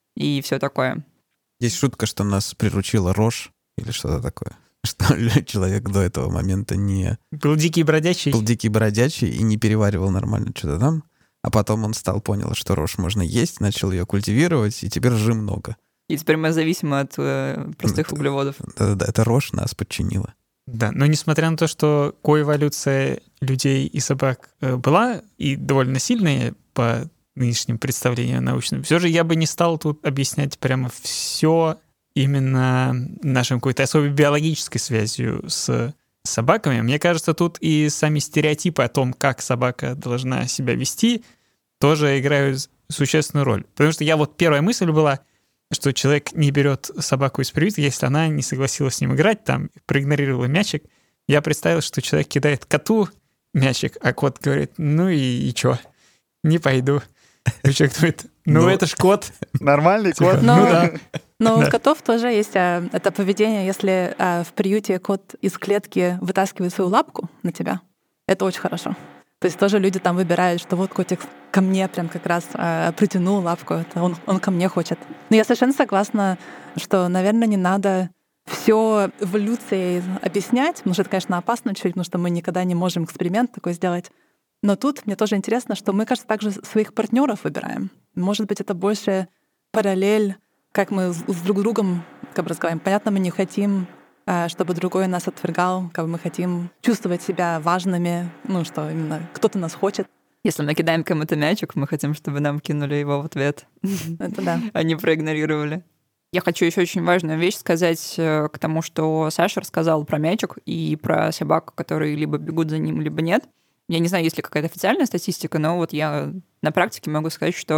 и все такое. Есть шутка, что нас приручила рожь или что-то такое. Что человек до этого момента не... Был дикий бродячий. Был дикий бродячий и не переваривал нормально что-то там. А потом он понял, что рожь можно есть, начал ее культивировать, и теперь ржи много. И теперь мы зависимы от простых углеводов. Да, эта рожь нас подчинила. Да, но несмотря на то, что коэволюция людей и собак была и довольно сильная по нынешним представлениям научным, все же я бы не стал тут объяснять прямо все именно нашим какой-то особой биологической связью с собаками. Мне кажется, тут и сами стереотипы о том, как собака должна себя вести, тоже играют существенную роль. Потому что первая мысль была, что человек не берет собаку из приюта, если она не согласилась с ним играть, там, проигнорировала мячик. Я представил, что человек кидает коту мячик, а кот говорит: ну и чё, не пойду. И человек говорит: ну это ж кот. Нормальный кот. Ну да. Но у котов тоже есть это поведение, если в приюте кот из клетки вытаскивает свою лапку на тебя, это очень хорошо. То есть тоже люди там выбирают, что вот котик ко мне прям как раз притянул лапку, это он ко мне хочет. Но я совершенно согласна, что, наверное, не надо все эволюцией объяснять, потому что это, конечно, опасно чуть, потому что мы никогда не можем эксперимент такой сделать. Но тут мне тоже интересно, что мы, кажется, также своих партнеров выбираем. Может быть, это больше параллель, как мы с друг другом как бы разговариваем. Понятно, мы не хотим, чтобы другой нас отвергал, как бы мы хотим чувствовать себя важными, что именно кто-то нас хочет. Если мы кидаем кому-то мячик, мы хотим, чтобы нам кинули его в ответ. Это да. А не проигнорировали. Я хочу еще очень важную вещь сказать к тому, что Саша рассказал про мячик и про собак, которые либо бегут за ним, либо нет. Я не знаю, есть ли какая-то официальная статистика, но вот я на практике могу сказать, что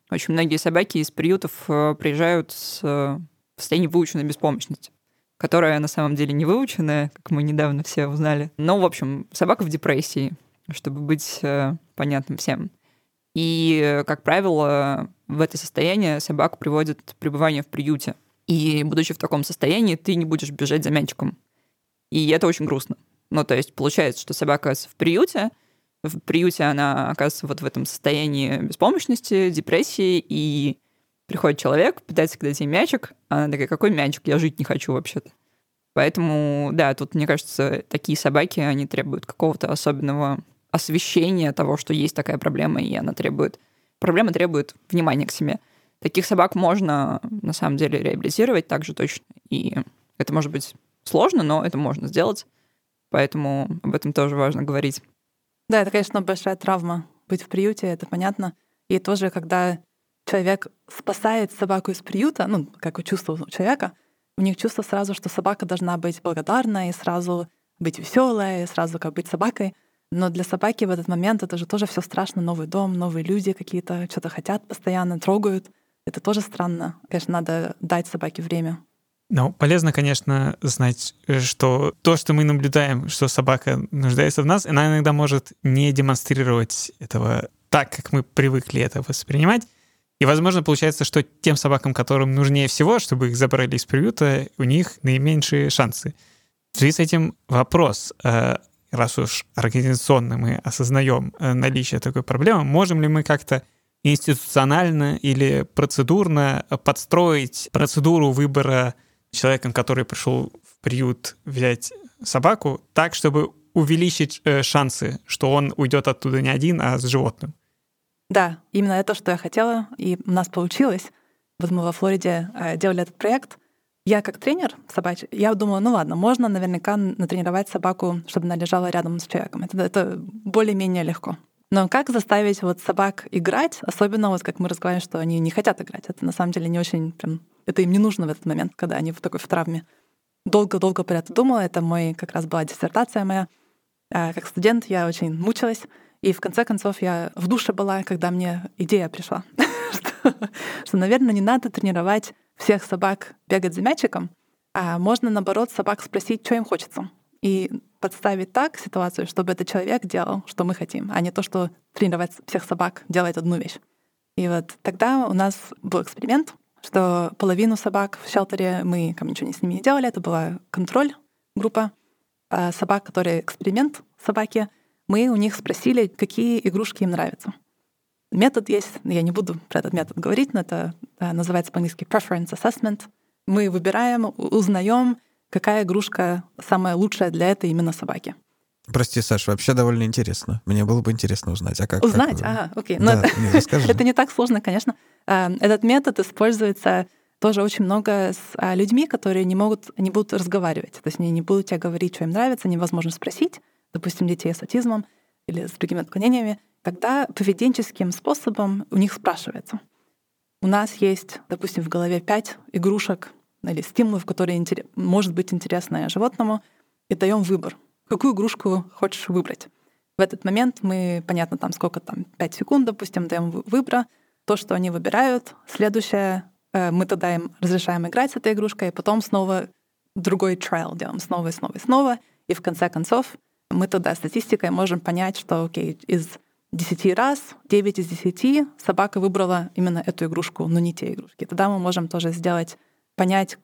Очень многие собаки из приютов приезжают в состоянии выученной беспомощности, которая на самом деле не выученная, как мы недавно все узнали. Но, в общем, собака в депрессии, чтобы быть понятным всем. И, как правило, в это состояние собаку приводит пребывание в приюте. И, будучи в таком состоянии, ты не будешь бежать за мячиком. И это очень грустно. Ну, то есть получается, что собака в приюте она оказывается вот в этом состоянии беспомощности, депрессии, и приходит человек, пытается кидать ей мячик, а она такая: какой мячик? Я жить не хочу вообще-то. Поэтому, да, тут, мне кажется, такие собаки, они требуют какого-то особенного освещения того, что есть такая проблема, и проблема требует внимания к себе. Таких собак можно, на самом деле, реабилитировать также точно, и это может быть сложно, но это можно сделать, поэтому об этом тоже важно говорить. Да, это, конечно, большая травма быть в приюте, это понятно. И тоже, когда человек спасает собаку из приюта, ну, как чувство у человека, у них чувство сразу, что собака должна быть благодарна и сразу быть веселая, и сразу как быть собакой. Но для собаки в этот момент это же тоже все страшно. Новый дом, новые люди какие-то, что-то хотят постоянно, трогают. Это тоже странно. Конечно, надо дать собаке время. Ну, полезно, конечно, знать, что то, что мы наблюдаем, что собака нуждается в нас, она иногда может не демонстрировать этого так, как мы привыкли это воспринимать. И, возможно, получается, что тем собакам, которым нужнее всего, чтобы их забрали из приюта, у них наименьшие шансы. В связи с этим вопрос, раз уж организационно мы осознаем наличие такой проблемы, можем ли мы как-то институционально или процедурно подстроить процедуру выбора человеком, который пришел в приют, взять собаку, так, чтобы увеличить шансы, что он уйдет оттуда не один, а с животным? Да, именно это, что я хотела, и у нас получилось. Вот мы во Флориде делали этот проект. Я как тренер собачий, я думала, ну ладно, можно наверняка натренировать собаку, чтобы она лежала рядом с человеком. Это более-менее легко. Но как заставить вот собак играть, особенно вот как мы разговариваем, что они не хотят играть. Это на самом деле не очень прям... Это им не нужно в этот момент, когда они в травме. Долго-долго про это думала. Это как раз была диссертация моя. Как студент я очень мучилась. И в конце концов я в душе была, когда мне идея пришла, что, наверное, не надо тренировать всех собак бегать за мячиком, а можно, наоборот, собак спросить, что им хочется. И подставить так ситуацию, чтобы этот человек делал, что мы хотим, а не то, что тренировать всех собак делать одну вещь. И вот тогда у нас был эксперимент, что половину собак в шелтере мы ничего с ними не делали, это была контроль-группа. А собак, которые эксперимент собаки, мы у них спросили, какие игрушки им нравятся. Метод есть, я не буду про этот метод говорить, но это называется по-английски preference assessment. Мы выбираем, узнаем, какая игрушка самая лучшая для этой именно собаки. Прости, Саша, вообще довольно интересно. Мне было бы интересно узнать. А как? Узнать? Окей. Да, это не так сложно, конечно. Этот метод используется тоже очень много с людьми, которые не будут разговаривать. То есть они не будут тебе говорить, что им нравится, невозможно спросить, допустим, детей с аутизмом или с другими отклонениями. Тогда поведенческим способом у них спрашивается. У нас есть, допустим, в голове 5 игрушек или стимулов, которые может быть интересны животному, и даем выбор. Какую игрушку хочешь выбрать? В этот момент мы, понятно, 5 секунд, допустим, даем выбор. То, что они выбирают, следующее, мы тогда им разрешаем играть с этой игрушкой, и потом снова другой trial делаем, снова и снова и снова. И в конце концов мы тогда статистикой можем понять, что из 10 раз, 9 из 10 собака выбрала именно эту игрушку, но не те игрушки. Тогда мы можем тоже понять,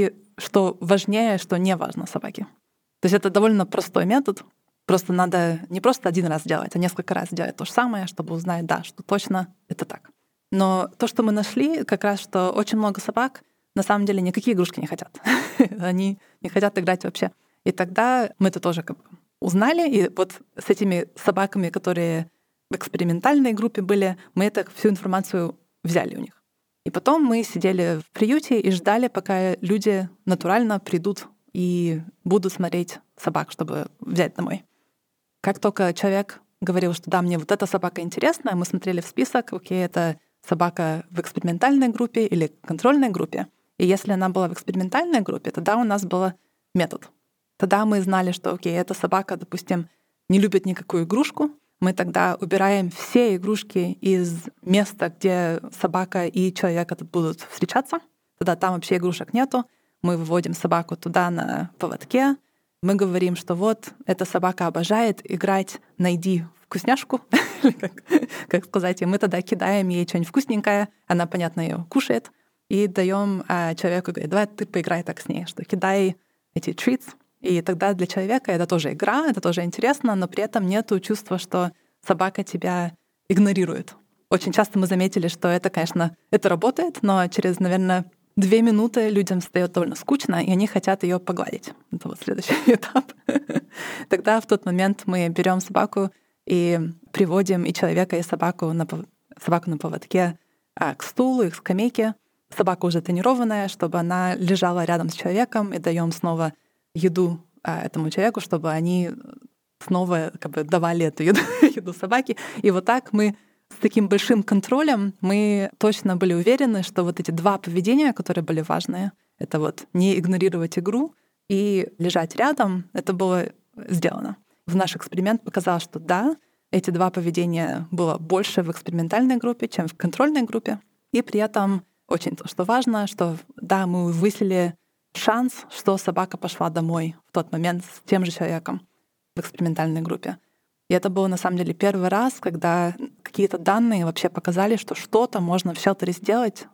что важнее, что не важно собаке. То есть это довольно простой метод. Просто надо не просто один раз делать, а несколько раз делать то же самое, чтобы узнать, да, что точно это так. Но то, что мы нашли, как раз, что очень много собак на самом деле никакие игрушки не хотят. Они не хотят играть вообще. И тогда мы это тоже узнали. И вот с этими собаками, которые в экспериментальной группе были, мы всю информацию взяли у них. И потом мы сидели в приюте и ждали, пока люди натурально придут и будут смотреть собак, чтобы взять домой. Как только человек говорил, что да, мне вот эта собака интересна, мы смотрели в список, окей, это собака в экспериментальной группе или контрольной группе. И если она была в экспериментальной группе, тогда у нас был метод. Тогда мы знали, что окей, эта собака, допустим, не любит никакую игрушку, мы тогда убираем все игрушки из места, где собака и человек этот будут встречаться. Тогда там вообще игрушек нету. Мы выводим собаку туда на поводке. Мы говорим, что вот эта собака обожает играть «найди вкусняшку», как сказать, и мы тогда кидаем ей что-нибудь вкусненькое, она, понятно, ее кушает, и даем человеку, говорит, давай ты поиграй так с ней, что кидай эти treats, и тогда для человека это тоже игра, это тоже интересно, но при этом нету чувства, что собака тебя игнорирует. Очень часто мы заметили, что это, конечно, это работает, но через, наверное, 2 минуты людям стает довольно скучно, и они хотят ее погладить. Это вот следующий этап. Тогда в тот момент мы берем собаку и приводим и человека, и собаку на поводке к стулу, и к скамейке. Собака уже тренированная, чтобы она лежала рядом с человеком, и даем снова еду этому человеку, чтобы они снова как бы давали эту еду собаке. И вот так мы с таким большим контролем мы точно были уверены, что вот эти 2 поведения, которые были важные, это вот не игнорировать игру и лежать рядом, это было сделано. В наш эксперимент показал, что да, эти 2 поведения было больше в экспериментальной группе, чем в контрольной группе. И при этом очень то, что важно, что да, мы высвоили шанс, что собака пошла домой в тот момент с тем же человеком в экспериментальной группе. И это было на самом деле первый раз, когда какие-то данные вообще показали, что что-то можно в шелтере сделать,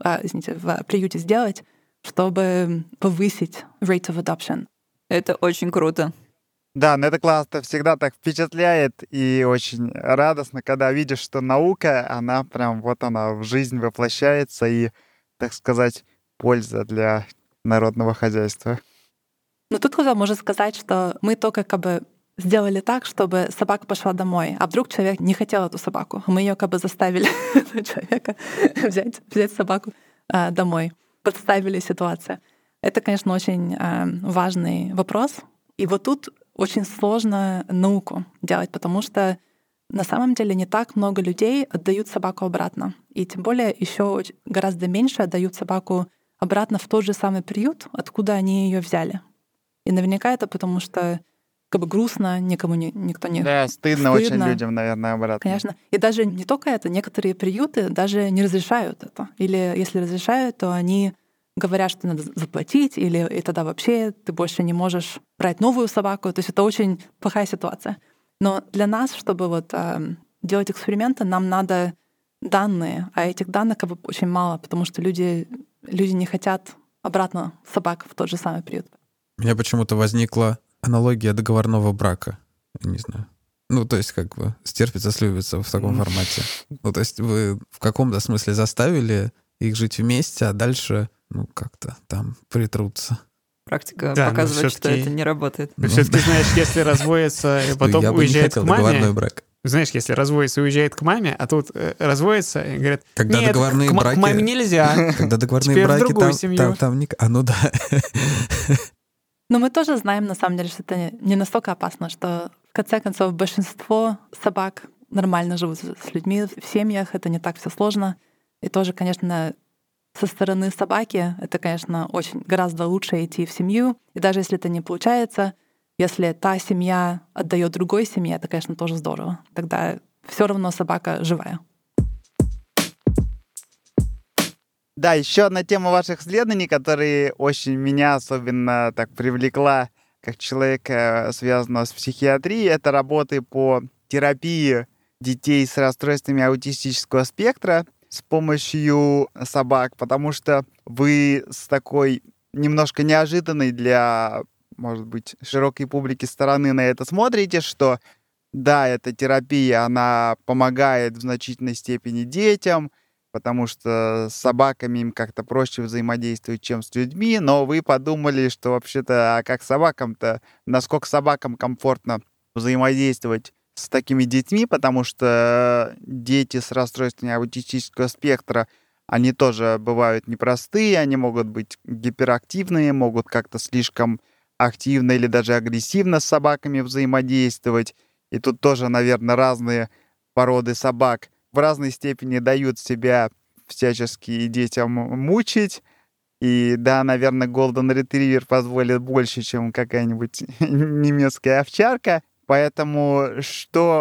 в приюте сделать, чтобы повысить rate of adoption. Это очень круто. Да, но это классно, всегда так впечатляет и очень радостно, когда видишь, что наука, она прям вот она в жизнь воплощается и, так сказать, польза для народного хозяйства. Но тут уже можно сказать, что мы только как бы сделали так, чтобы собака пошла домой. А вдруг человек не хотел эту собаку? Мы ее как бы заставили человека взять собаку домой. Подставили ситуацию. Это, конечно, очень важный вопрос. И вот тут очень сложно науку делать, потому что на самом деле не так много людей отдают собаку обратно. И тем более еще гораздо меньше отдают собаку обратно в тот же самый приют, откуда они ее взяли. И наверняка это потому, что как бы грустно, никто не... Да, стыдно очень людям, наверное, обратно. Конечно. И даже не только это, некоторые приюты даже не разрешают это. Или если разрешают, то они говорят, что надо заплатить, и тогда вообще ты больше не можешь брать новую собаку. То есть это очень плохая ситуация. Но для нас, чтобы вот делать эксперименты, нам надо данные, а этих данных как бы очень мало, потому что люди не хотят обратно собак в тот же самый приют. У меня почему-то возникла аналогия договорного брака. Не знаю. Ну, то есть как бы стерпится, слюбится в таком формате. Ну, то есть вы в каком-то смысле заставили их жить вместе, а дальше, ну, как-то там притрутся. Практика Да, показывает, что это не работает. Все-таки, знаешь, если разводится и потом Я бы не уезжает хотел к маме... договорной брак. Знаешь, если разводится и уезжает к маме, а тут разводится и говорят, Когда нет, договорные браки... к маме нельзя. Когда договорные Теперь в браки, другую семью. там... А, ну да. Но мы тоже знаем, на самом деле, что это не настолько опасно, что, в конце концов, большинство собак нормально живут с людьми в семьях, это не так все сложно. И тоже, конечно, со стороны собаки это, конечно, очень гораздо лучше идти в семью. И даже если это не получается, если та семья отдает другой семье, это, конечно, тоже здорово. Тогда все равно собака живая. Да, еще одна тема ваших исследований, которая очень меня особенно так привлекла, как человека, связанного с психиатрией, это работы по терапии детей с расстройствами аутистического спектра с помощью собак, потому что вы с такой немножко неожиданной для, может быть, широкой публики стороны на это смотрите, что да, эта терапия, она помогает в значительной степени детям, потому что с собаками им как-то проще взаимодействовать, чем с людьми, но вы подумали, что вообще-то, а как собакам-то, насколько собакам комфортно взаимодействовать с такими детьми, потому что дети с расстройствами аутистического спектра, они тоже бывают непростые, они могут быть гиперактивные, могут как-то слишком активно или даже агрессивно с собаками взаимодействовать. И тут тоже, наверное, разные породы собак в разной степени дают себя всячески детям мучить. И да, наверное, Golden Retriever позволит больше, чем какая-нибудь немецкая овчарка. Поэтому что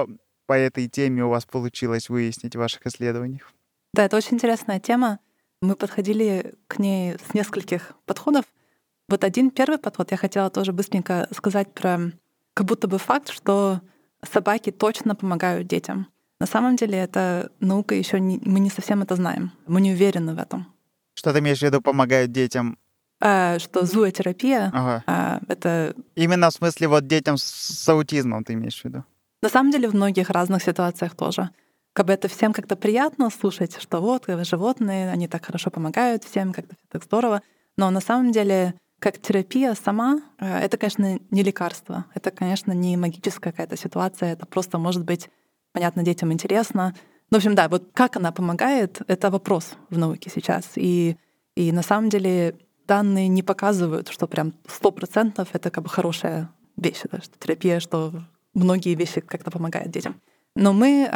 по этой теме у вас получилось выяснить в ваших исследованиях? Да, это очень интересная тема. Мы подходили к ней с нескольких подходов. Вот первый подход я хотела тоже быстренько сказать про как будто бы факт, что собаки точно помогают детям. На самом деле это наука еще мы не совсем это знаем. Мы не уверены в этом. Что ты имеешь в виду помогают детям? Что зоотерапия Ага. это... Именно в смысле вот детям с аутизмом ты имеешь в виду? На самом деле в многих разных ситуациях тоже. Как бы это всем как-то приятно слушать, что вот животные, они так хорошо помогают всем, как-то так здорово. Но на самом деле как терапия сама, это, конечно, не лекарство. Это, конечно, не магическая какая-то ситуация. Это просто может быть, понятно, детям интересно. В общем, да, вот как она помогает, это вопрос в науке сейчас. И на самом деле данные не показывают, что прям 100% это как бы хорошая вещь, да, что терапия, что многие вещи как-то помогают детям. Но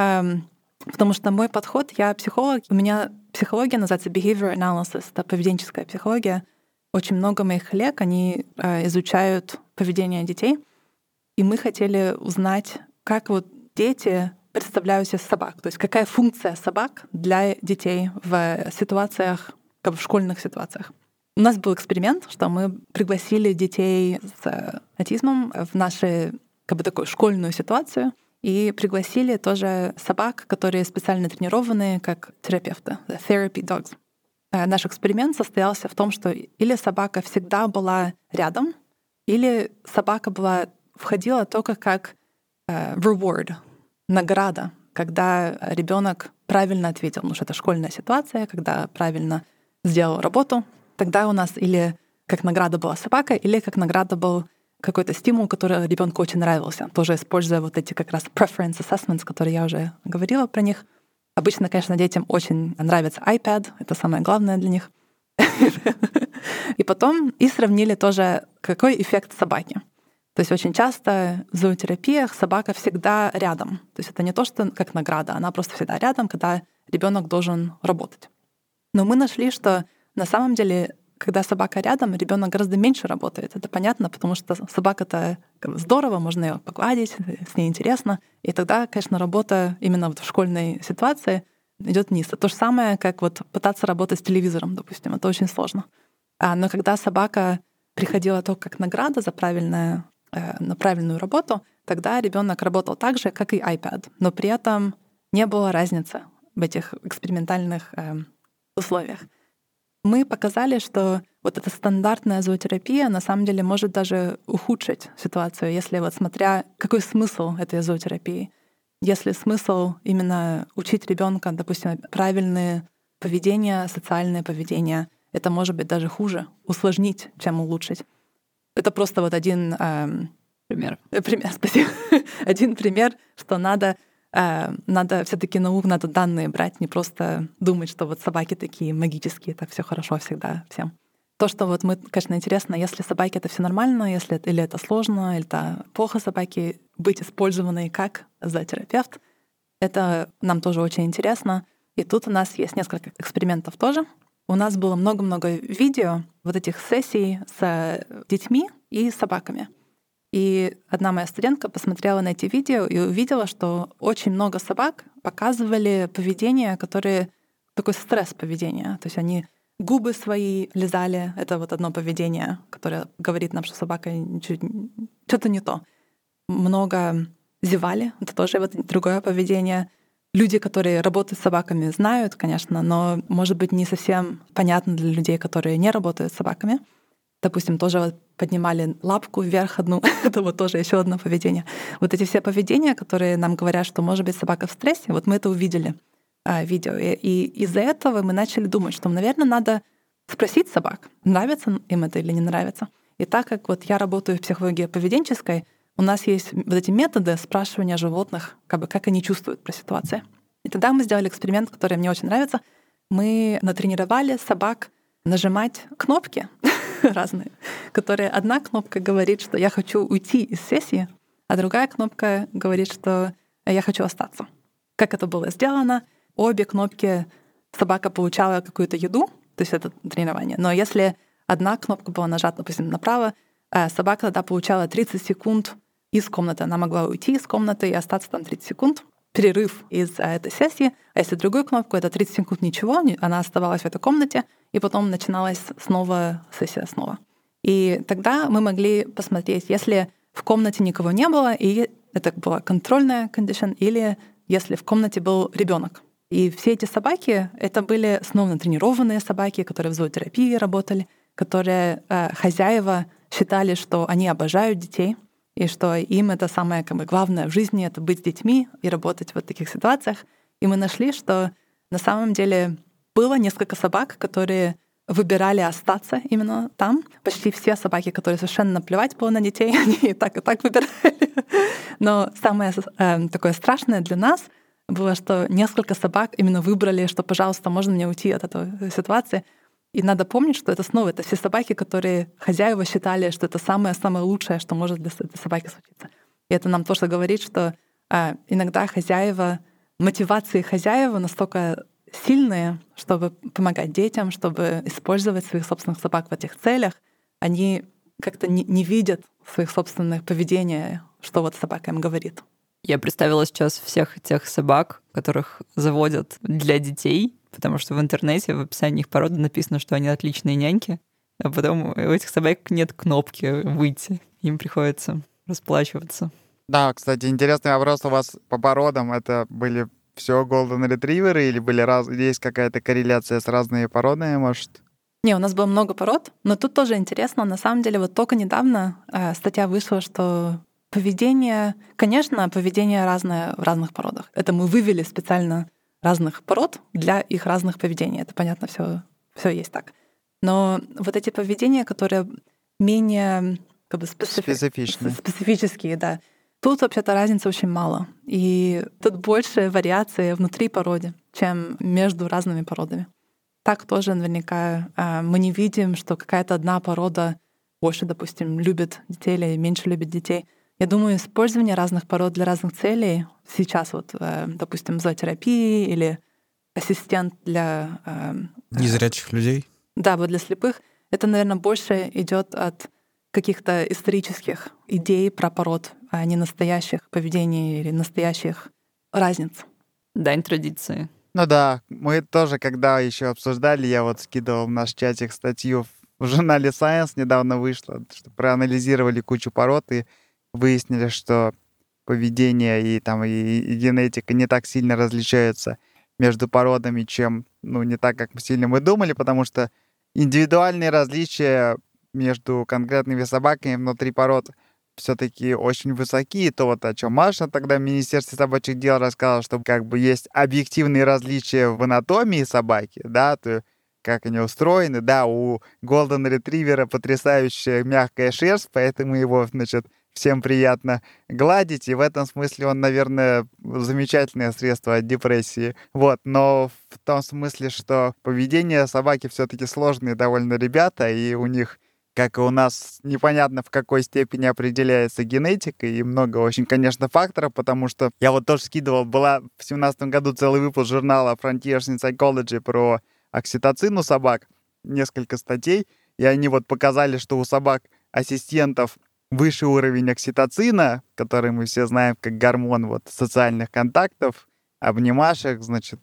потому что мой подход, я психолог, у меня психология называется behavior analysis, это поведенческая психология. Очень много моих коллег, они изучают поведение детей, и мы хотели узнать, как вот дети представляют себе собак, то есть какая функция собак для детей в ситуациях, как в школьных ситуациях. У нас был эксперимент, что мы пригласили детей с аутизмом в нашу как бы такую школьную ситуацию и пригласили тоже собак, которые специально тренированы как терапевты, therapy dogs. Наш эксперимент состоялся в том, что или собака всегда была рядом, или собака входила только как reward, награда, когда ребенок правильно ответил, потому что это школьная ситуация, когда правильно сделал работу, тогда у нас или как награда была собака, или как награда был какой-то стимул, который ребенку очень нравился, тоже используя вот эти как раз preference assessments, которые я уже говорила про них. Обычно, конечно, детям очень нравится iPad, это самое главное для них. И потом сравнили тоже, какой эффект собаки. То есть очень часто в зоотерапиях собака всегда рядом. То есть это не то, что как награда, она просто всегда рядом, когда ребенок должен работать. Но мы нашли, что на самом деле, когда собака рядом, ребенок гораздо меньше работает. Это понятно, потому что собака-то здорово, можно ее погладить, с ней интересно. И тогда, конечно, работа именно вот в школьной ситуации идет вниз. Это то же самое, как вот пытаться работать с телевизором, допустим. Это очень сложно. Но когда собака приходила только как награда за правильную работу, тогда ребенок работал так же, как и iPad. Но при этом не было разницы в этих экспериментальных условиях. Мы показали, что вот эта стандартная зоотерапия на самом деле может даже ухудшить ситуацию, если вот смотря, какой смысл этой зоотерапии. Если смысл именно учить ребенка, допустим, правильное поведение, социальное поведение, это может быть даже хуже, усложнить, чем улучшить. Это просто вот один пример. Спасибо. Один пример, что надо все-таки науку, надо данные брать, не просто думать, что вот собаки такие магические, так все хорошо всегда всем. То, что вот мы, конечно, интересно, если собаки это все нормально, или это сложно, или это плохо собаки быть использованной как зоотерапевт, это нам тоже очень интересно. И тут у нас есть несколько экспериментов тоже. У нас было много-много видео вот этих сессий с детьми и собаками. И одна моя студентка посмотрела на эти видео и увидела, что очень много собак показывали поведение, которое такой стресс-поведение. То есть они губы свои лизали. Это вот одно поведение, которое говорит нам, что собака что-то не то. Много зевали. Это тоже вот другое поведение. Люди, которые работают с собаками, знают, конечно, но, может быть, не совсем понятно для людей, которые не работают с собаками. Допустим, тоже вот поднимали лапку вверх одну. Это вот тоже еще одно поведение. Вот эти все поведения, которые нам говорят, что, может быть, собака в стрессе, вот мы это увидели в видео. И из-за этого мы начали думать, что, наверное, надо спросить собак, нравится им это или не нравится. И так как вот я работаю в психологии поведенческой, у нас есть вот эти методы спрашивания животных, как они чувствуют про ситуацию. И тогда мы сделали эксперимент, который мне очень нравится. Мы натренировали собак нажимать кнопки разные, которые одна кнопка говорит, что я хочу уйти из сессии, а другая кнопка говорит, что я хочу остаться. Как это было сделано? Обе кнопки собака получала какую-то еду, то есть это тренирование. Но если одна кнопка была нажата, допустим, направо, собака тогда получала 30 секунд из комнаты. Она могла уйти из комнаты и остаться там 30 секунд. перерыв из этой сессии, а если другую кнопку, это 30 секунд ничего, она оставалась в этой комнате, и потом начиналась снова сессия снова. И тогда мы могли посмотреть, если в комнате никого не было, и это была контрольная condition, или если в комнате был ребенок. И все эти собаки — это были снова тренированные собаки, которые в зоотерапии работали, которые хозяева считали, что они обожают детей, и что им это самое главное в жизни — это быть с детьми и работать в вот таких ситуациях. И мы нашли, что на самом деле было несколько собак, которые выбирали остаться именно там. Почти все собаки, которые совершенно наплевать было на детей, они и так выбирали. Но самое такое страшное для нас было, что несколько собак именно выбрали, что, пожалуйста, можно мне уйти от этой ситуации. И надо помнить, что это снова, это все собаки, которые хозяева считали, что это самое-самое лучшее, что может для этой собаки случиться. И это нам тоже говорит, что иногда мотивации хозяева настолько сильные, чтобы помогать детям, чтобы использовать своих собственных собак в этих целях, они как-то не видят своих собственных поведений, что вот собака им говорит. Я представила сейчас всех тех собак, которых заводят для детей, потому что в интернете в описании их породы написано, что они отличные няньки, а потом у этих собак нет кнопки «выйти». Им приходится расплачиваться. Да, кстати, интересный вопрос у вас по породам. Это были все Golden Retriever или есть какая-то корреляция с разными породами, может? Не, у нас было много пород, но тут тоже интересно. На самом деле, вот только недавно статья вышла, что поведение разное в разных породах. Это мы вывели специально разных пород для их разных поведений. Это понятно, все есть так. Но вот эти поведения, которые менее специфические, да, тут вообще-то разницы очень мало. И тут больше вариации внутри породы, чем между разными породами. Так тоже наверняка мы не видим, что какая-то одна порода больше, допустим, любит детей или меньше любит детей. Я думаю, использование разных пород для разных целей сейчас, вот, допустим, зоотерапии или ассистент для... Незрячих людей? Да, вот для слепых. Это, наверное, больше идет от каких-то исторических идей про пород, а не настоящих поведений или настоящих разниц. Дань традиции. Ну да, мы тоже, когда еще обсуждали, я вот скидывал в наш чатик статью в журнале Science, недавно вышла, что проанализировали кучу пород и выяснили, что поведение и генетика не так сильно различаются между породами, чем, не так, как сильно мы думали, потому что индивидуальные различия между конкретными собаками внутри пород все-таки очень высоки. И то, вот о чем Маша тогда в Министерстве собачьих дел рассказала, что есть объективные различия в анатомии собаки, да, то как они устроены. Да, у Golden Retriever потрясающая мягкая шерсть, поэтому его, всем приятно гладить, и в этом смысле он, наверное, замечательное средство от депрессии. Вот, но в том смысле, что поведение собаки все-таки сложные довольно ребята, и у них, как и у нас, непонятно в какой степени определяется генетика, и много очень, конечно, факторов, потому что я вот тоже скидывал, была в 2017 году целый выпуск журнала Frontiers in Psychology про окситоцин у собак, несколько статей, и они вот показали, что у собак-ассистентов выше уровень окситоцина, который мы все знаем как гормон социальных контактов, обнимашек,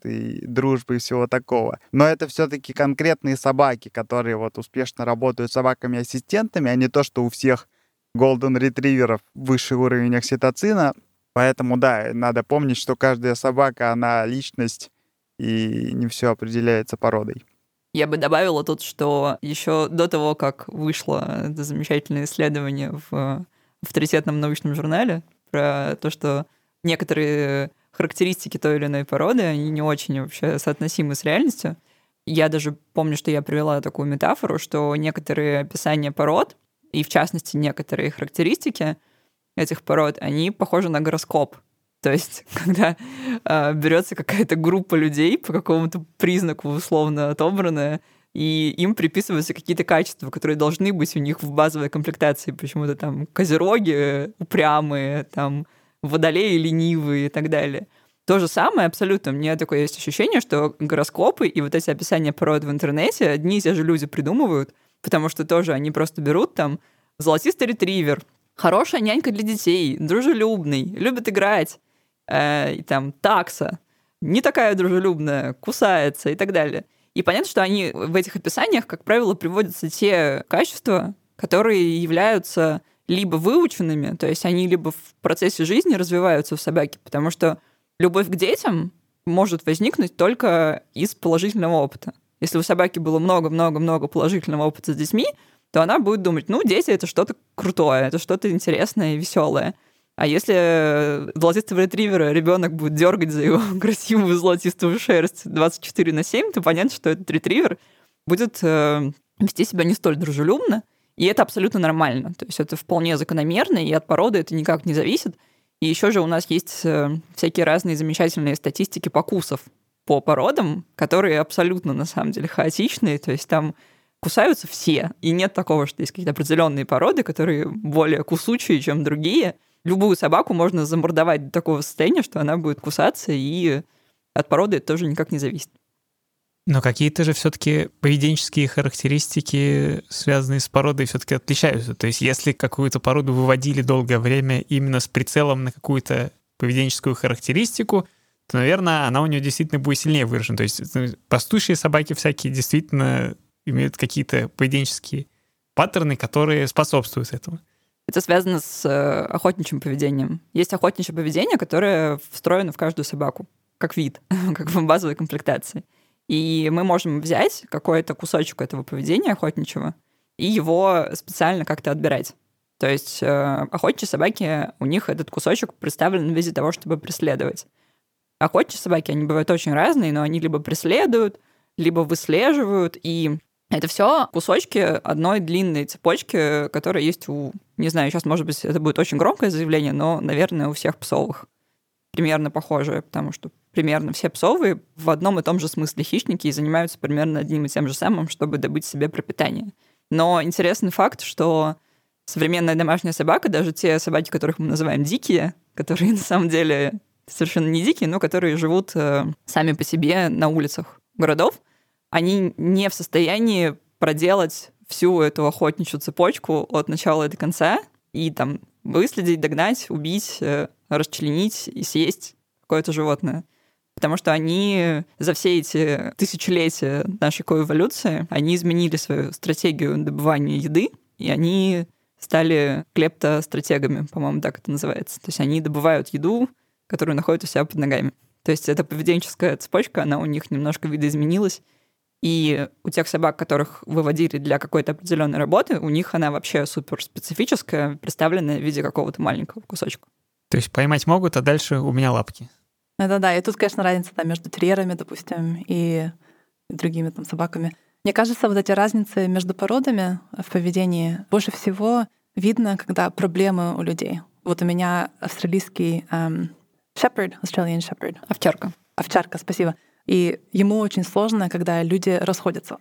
и дружбы и всего такого. Но это все-таки конкретные собаки, которые успешно работают с собаками-ассистентами, а не то, что у всех Golden Retriever'ов высший уровень окситоцина. Поэтому, да, надо помнить, что каждая собака, она личность, и не все определяется породой. Я бы добавила тут, что еще до того, как вышло это замечательное исследование в авторитетном научном журнале про то, что некоторые характеристики той или иной породы, они не очень вообще соотносимы с реальностью. Я даже помню, что я привела такую метафору, что некоторые описания пород, и в частности некоторые характеристики этих пород, они похожи на гороскоп. То есть, когда берется какая-то группа людей по какому-то признаку условно отобранная, и им приписываются какие-то качества, которые должны быть у них в базовой комплектации. Почему-то там козероги упрямые, там водолеи ленивые и так далее. То же самое абсолютно. У меня такое есть ощущение, что гороскопы и вот эти описания пород в интернете одни и те же люди придумывают, потому что тоже они просто берут там золотистый ретривер, хорошая нянька для детей, дружелюбный, любит играть. и там такса, не такая дружелюбная, кусается и так далее. И понятно, что они в этих описаниях, как правило, приводятся те качества, которые являются либо выученными, то есть они либо в процессе жизни развиваются в собаке, потому что любовь к детям может возникнуть только из положительного опыта. Если у собаки было много-много-много положительного опыта с детьми, то она будет думать, ну, дети — это что-то крутое, это что-то интересное и веселое. А если золотистого ретривера ребенок будет дергать за его красивую золотистую шерсть 24/7, то понятно, что этот ретривер будет вести себя не столь дружелюбно, и это абсолютно нормально. То есть это вполне закономерно, и от породы это никак не зависит. И еще же у нас есть всякие разные замечательные статистики покусов по породам, которые абсолютно, на самом деле, хаотичные. То есть там кусаются все. И нет такого, что есть какие-то определенные породы, которые более кусучие, чем другие. Любую собаку можно замордовать до такого состояния, что она будет кусаться, и от породы это тоже никак не зависит. Но какие-то же все-таки поведенческие характеристики, связанные с породой, все-таки отличаются. То есть если какую-то породу выводили долгое время именно с прицелом на какую-то поведенческую характеристику, то, наверное, она у нее действительно будет сильнее выражена. То есть пастушьи собаки всякие действительно имеют какие-то поведенческие паттерны, которые способствуют этому. Это связано с охотничьим поведением. Есть охотничье поведение, которое встроено в каждую собаку, как вид, как в базовой комплектации. И мы можем взять какой-то кусочек этого поведения охотничьего и его специально как-то отбирать. То есть охотничьи собаки, у них этот кусочек представлен в виде того, чтобы преследовать. Охотничьи собаки, они бывают очень разные, но они либо преследуют, либо выслеживают, и это все кусочки одной длинной цепочки, которая есть у, не знаю, сейчас, может быть, это будет очень громкое заявление, но, наверное, у всех псовых примерно похожее, потому что примерно все псовые в одном и том же смысле хищники и занимаются примерно одним и тем же самым, чтобы добыть себе пропитание. Но интересный факт, что современная домашняя собака, даже те собаки, которых мы называем дикие, которые на самом деле совершенно не дикие, но которые живут сами по себе на улицах городов, они не в состоянии проделать всю эту охотничью цепочку от начала до конца и там выследить, догнать, убить, расчленить и съесть какое-то животное. Потому что они за все эти тысячелетия нашей коэволюции, они изменили свою стратегию добывания еды, и они стали клептостратегами, по-моему, так это называется. То есть они добывают еду, которую находят у себя под ногами. То есть эта поведенческая цепочка, она у них немножко видоизменилась. И у тех собак, которых выводили для какой-то определенной работы, у них она вообще суперспецифическая, представленная в виде какого-то маленького кусочка. То есть поймать могут, а дальше у меня лапки. Да-да, и тут, конечно, разница между терьерами, допустим, и другими там собаками. Мне кажется, вот эти разницы между породами в поведении больше всего видно, когда проблемы у людей. Вот у меня австралийский Australian Shepherd. Овчарка, спасибо. И ему очень сложно, когда люди расходятся.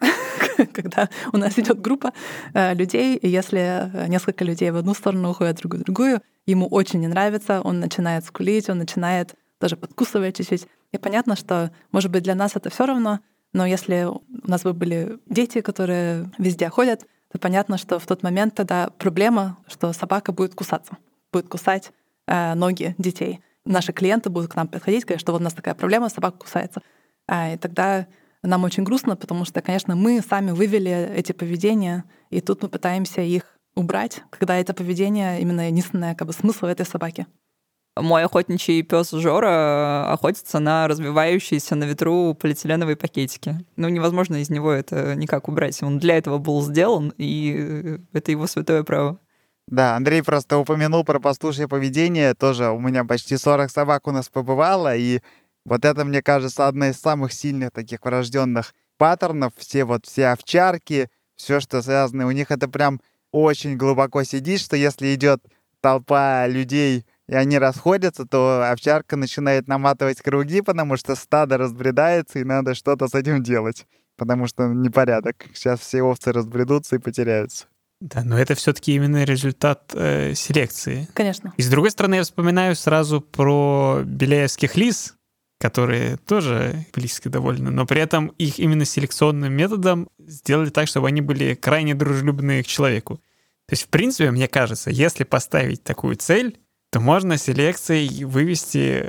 Когда у нас идет группа людей, и если несколько людей в одну сторону уходят, другую в другую, ему очень не нравится, он начинает скулить, он начинает даже подкусывать чуть-чуть. И понятно, что, может быть, для нас это все равно, но если у нас бы были дети, которые везде ходят, то понятно, что в тот момент тогда проблема, что собака будет кусаться, будет кусать ноги детей. Наши клиенты будут к нам подходить, говорят, что вот у нас такая проблема, собака кусается. И тогда нам очень грустно, потому что, конечно, мы сами вывели эти поведения, и тут мы пытаемся их убрать, когда это поведение именно единственное смысл этой собаки. Мой охотничий пес Жора охотится на развивающиеся на ветру полиэтиленовые пакетики. Невозможно из него это никак убрать. Он для этого был сделан, и это его святое право. Да, Андрей просто упомянул про пастушье поведение. Тоже у меня почти 40 собак у нас побывало, и вот это, мне кажется, одна из самых сильных таких врожденных паттернов. Все овчарки, все, что связано, у них это прям очень глубоко сидит, что если идет толпа людей, и они расходятся, то овчарка начинает наматывать круги, потому что стадо разбредается, и надо что-то с этим делать, потому что непорядок. Сейчас все овцы разбредутся и потеряются. Да, но это все-таки именно результат селекции. Конечно. И с другой стороны, я вспоминаю сразу про беляевских лис, которые тоже близки довольно, но при этом их именно селекционным методом сделали так, чтобы они были крайне дружелюбны к человеку. То есть, в принципе, мне кажется, если поставить такую цель, то можно селекцией вывести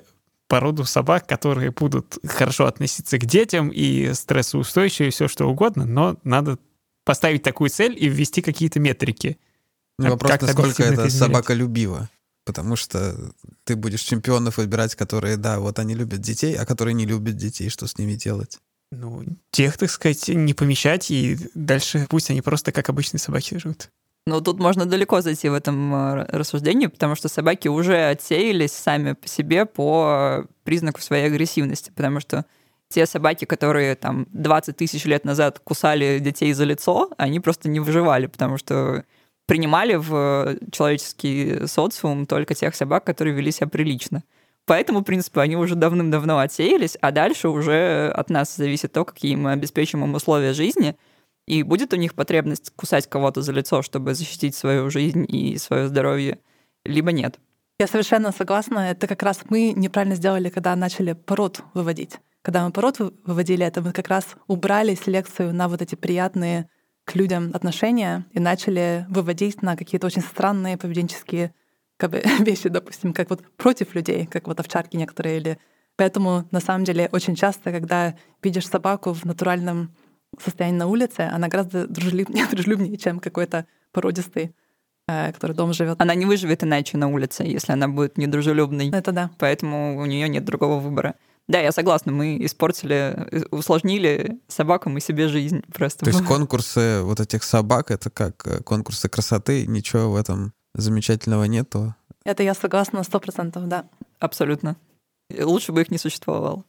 породу собак, которые будут хорошо относиться к детям и стрессоустойчивы, и все что угодно, но надо поставить такую цель и ввести какие-то метрики. Вопрос, Как-то насколько объективно это это измерять. собаколюбива. Потому что ты будешь чемпионов выбирать, которые, да, вот они любят детей, а которые не любят детей, что с ними делать? Ну, тех, так сказать, не помещать, и дальше пусть они просто как обычные собаки живут. Но тут можно далеко зайти в этом рассуждении, потому что собаки уже отсеялись сами по себе по признаку своей агрессивности, потому что те собаки, которые там 20 тысяч лет назад кусали детей за лицо, они просто не выживали, потому что принимали в человеческий социум только тех собак, которые вели себя прилично. Поэтому, в принципе, они уже давным-давно отсеялись, а дальше уже от нас зависит то, какие мы обеспечим им условия жизни, и будет у них потребность кусать кого-то за лицо, чтобы защитить свою жизнь и свое здоровье, либо нет. Я совершенно согласна. Это как раз мы неправильно сделали, когда начали пород выводить. Когда мы пород выводили это, мы как раз убрали селекцию на вот эти приятные к людям отношения и начали выводить на какие-то очень странные поведенческие вещи, допустим, как вот против людей, как вот овчарки некоторые. Или... Поэтому, на самом деле, очень часто, когда видишь собаку в натуральном состоянии на улице, она гораздо дружелюбнее, чем какой-то породистый, который дома живет. Она не выживет иначе на улице, если она будет недружелюбной. Это да. Поэтому у нее нет другого выбора. Да, я согласна, мы усложнили собакам и себе жизнь просто. То есть конкурсы вот этих собак, это как конкурсы красоты, ничего в этом замечательного нету? Это я согласна 100%, да. Абсолютно. Лучше бы их не существовало.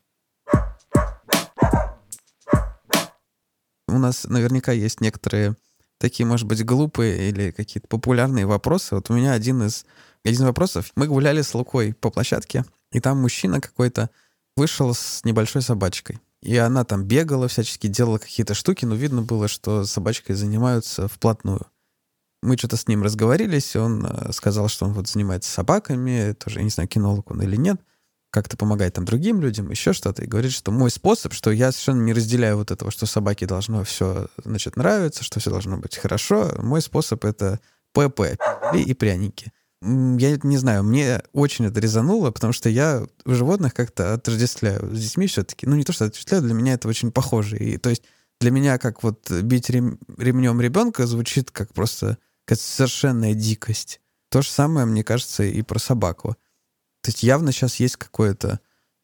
У нас наверняка есть некоторые такие, может быть, глупые или какие-то популярные вопросы. Вот у меня один из вопросов. Мы гуляли с Лукой по площадке, и там мужчина какой-то вышел с небольшой собачкой. И она там бегала, всячески делала какие-то штуки, но видно было, что собачкой занимаются вплотную. Мы что-то с ним разговорились, он сказал, что он вот занимается собаками, тоже, я не знаю, кинолог он или нет, как-то помогает там другим людям, еще что-то, и говорит, что мой способ, что я совершенно не разделяю вот этого, что собаке должно все, значит, нравиться, что все должно быть хорошо. Мой способ — это ПП и пряники. Я не знаю, мне очень это резануло, потому что я животных как-то отождествляю с детьми все-таки. Ну, не то, что отождествляю, для меня это очень похоже. И, то есть для меня как вот бить ремнем ребенка звучит как просто какая-то совершенная дикость. То же самое, мне кажется, и про собаку. То есть явно сейчас есть какое-то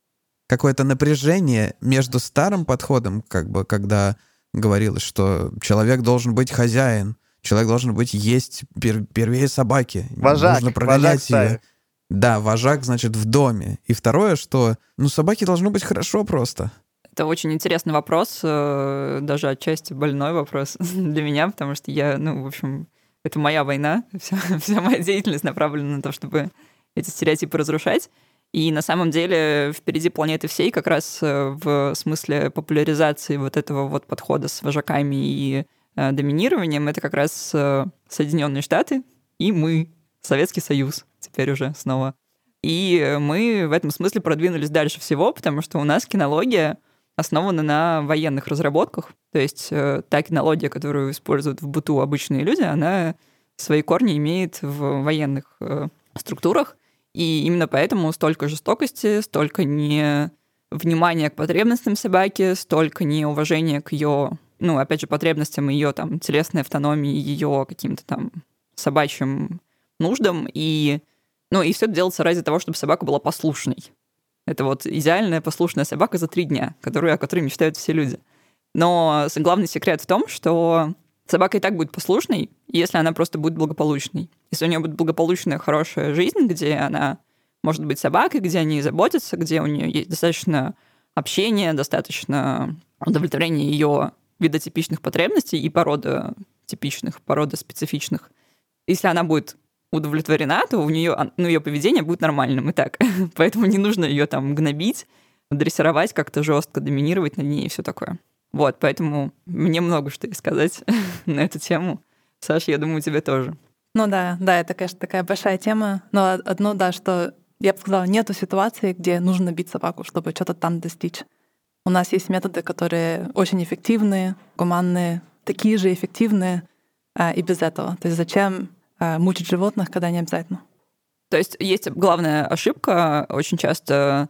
напряжение между старым подходом, как бы, когда говорилось, что человек должен быть хозяин, человек должен быть есть первее собаки. Вожак. Нужно прогонять Вожак ее. Да, вожак, значит, в доме. И второе, что, собаке должно быть хорошо просто. Это очень интересный вопрос, даже отчасти больной вопрос для меня, потому что я, в общем, это моя война, вся моя деятельность направлена на то, чтобы эти стереотипы разрушать. И на самом деле впереди планеты всей как раз в смысле популяризации вот этого вот подхода с вожаками и доминированием это как раз Соединенные Штаты и мы, Советский Союз, теперь уже снова. И мы в этом смысле продвинулись дальше всего, потому что у нас кинология основана на военных разработках. То есть та кинология, которую используют в быту обычные люди, она свои корни имеет в военных структурах. И именно поэтому столько жестокости, столько невнимания к потребностям собаки, столько неуважения к ее, опять же, потребностям ее там телесной автономии, ее каким-то там собачьим нуждам. И все это делается ради того, чтобы собака была послушной. Это вот идеальная послушная собака за 3 дня, о которой мечтают все люди. Но главный секрет в том, что собака и так будет послушной, если она просто будет благополучной. Если у нее будет благополучная, хорошая жизнь, где она может быть собакой, где о ней заботятся, где у нее есть достаточно общения, достаточно удовлетворения ее видотипичных потребностей и породотипичных, породоспецифичных. Если она будет удовлетворена, то у нее, ее поведение будет нормальным и так. Поэтому не нужно ее там гнобить, дрессировать как-то жестко, доминировать над ней и все такое. Вот, поэтому мне много что сказать на эту тему. Саш, я думаю, тебе тоже. Да, это, конечно, такая большая тема. Но одно, да, что я бы сказала, нету ситуации, где нужно бить собаку, чтобы что-то там достичь. У нас есть методы, которые очень эффективные, гуманные, такие же эффективные и без этого. То есть зачем мучить животных, когда не обязательно? То есть главная ошибка очень часто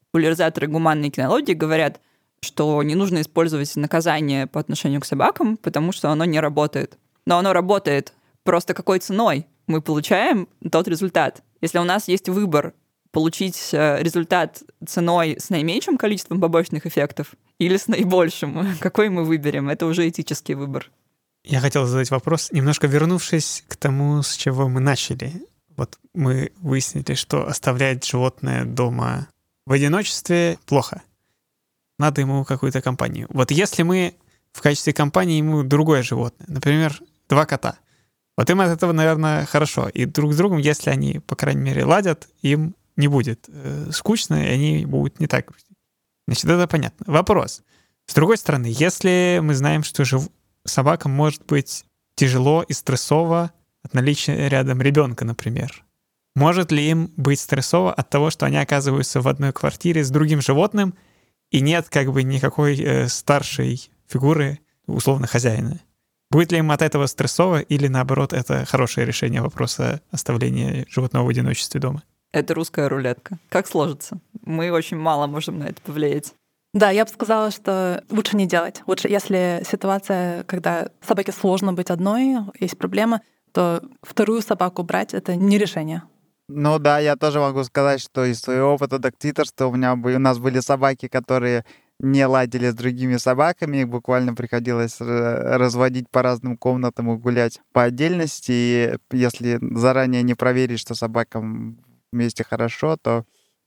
Популяризаторы гуманной кинологии говорят, что не нужно использовать наказание по отношению к собакам, потому что оно не работает. Но оно работает. Просто какой ценой мы получаем тот результат. Если у нас есть выбор получить результат ценой с наименьшим количеством побочных эффектов или с наибольшим, какой мы выберем, это уже этический выбор. Я хотел задать вопрос, немножко вернувшись к тому, с чего мы начали. Вот мы выяснили, что оставлять животное дома в одиночестве плохо. Надо ему какую-то компанию. Вот если мы в качестве компании ему другое животное, например, 2 кота, вот им от этого, наверное, хорошо. И друг с другом, если они, по крайней мере, ладят, им не будет скучно, и они будут не так грустить. Значит, это понятно. Вопрос. С другой стороны, если мы знаем, что собакам может быть тяжело и стрессово от наличия рядом ребенка, например, может ли им быть стрессово от того, что они оказываются в одной квартире с другим животным, и нет как бы никакой старшей фигуры, условно, хозяина? Будет ли им от этого стрессово, или наоборот, это хорошее решение вопроса оставления животного в одиночестве дома? Это русская рулетка. Как сложится? Мы очень мало можем на это повлиять. Да, я бы сказала, что лучше не делать. Лучше, если ситуация, когда собаке сложно быть одной, есть проблема, то вторую собаку брать — это не решение. Ну да, я тоже могу сказать, что из своего опыта догтиторства у нас были собаки, которые не ладили с другими собаками, их буквально приходилось разводить по разным комнатам и гулять по отдельности. И если заранее не проверить, что собакам вместе хорошо, то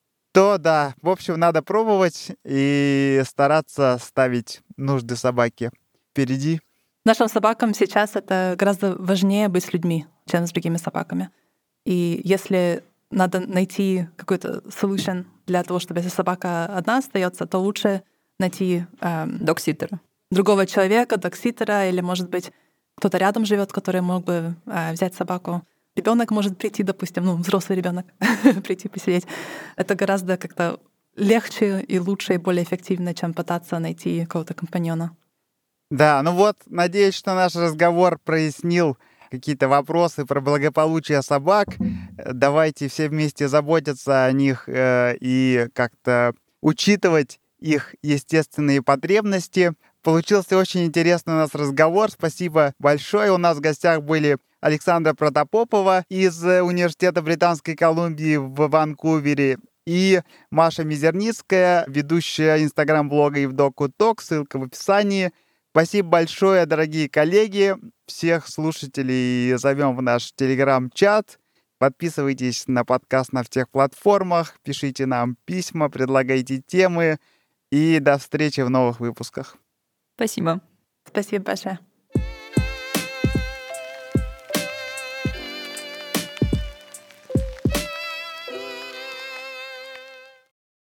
да, в общем, надо пробовать и стараться ставить нужды собаки впереди. Нашим собакам сейчас это гораздо важнее быть с людьми, чем с другими собаками. И если надо найти какой-то solution для того, чтобы если собака одна остается, то лучше найти Догситтера. другого человека, догситтера, или, может быть, кто-то рядом живет, который мог бы взять собаку. Ребенок может прийти, допустим, взрослый ребенок прийти посидеть. Это гораздо как-то легче и лучше, и более эффективно, чем пытаться найти какого-то компаньона. Да, ну вот, надеюсь, что наш разговор прояснил какие-то вопросы про благополучие собак. Давайте все вместе заботиться о них и как-то учитывать их естественные потребности. Получился очень интересный у нас разговор. Спасибо большое. У нас в гостях были Александра Протопопова из Университета Британской Колумбии в Ванкувере и Маша Мизерницкая, ведущая инстаграм-блога Евдокуток. Ссылка в описании. Спасибо большое, дорогие коллеги. Всех слушателей зовем в наш телеграм-чат. Подписывайтесь на подкаст на всех платформах, пишите нам письма, предлагайте темы. И до встречи в новых выпусках. Спасибо. Спасибо большое.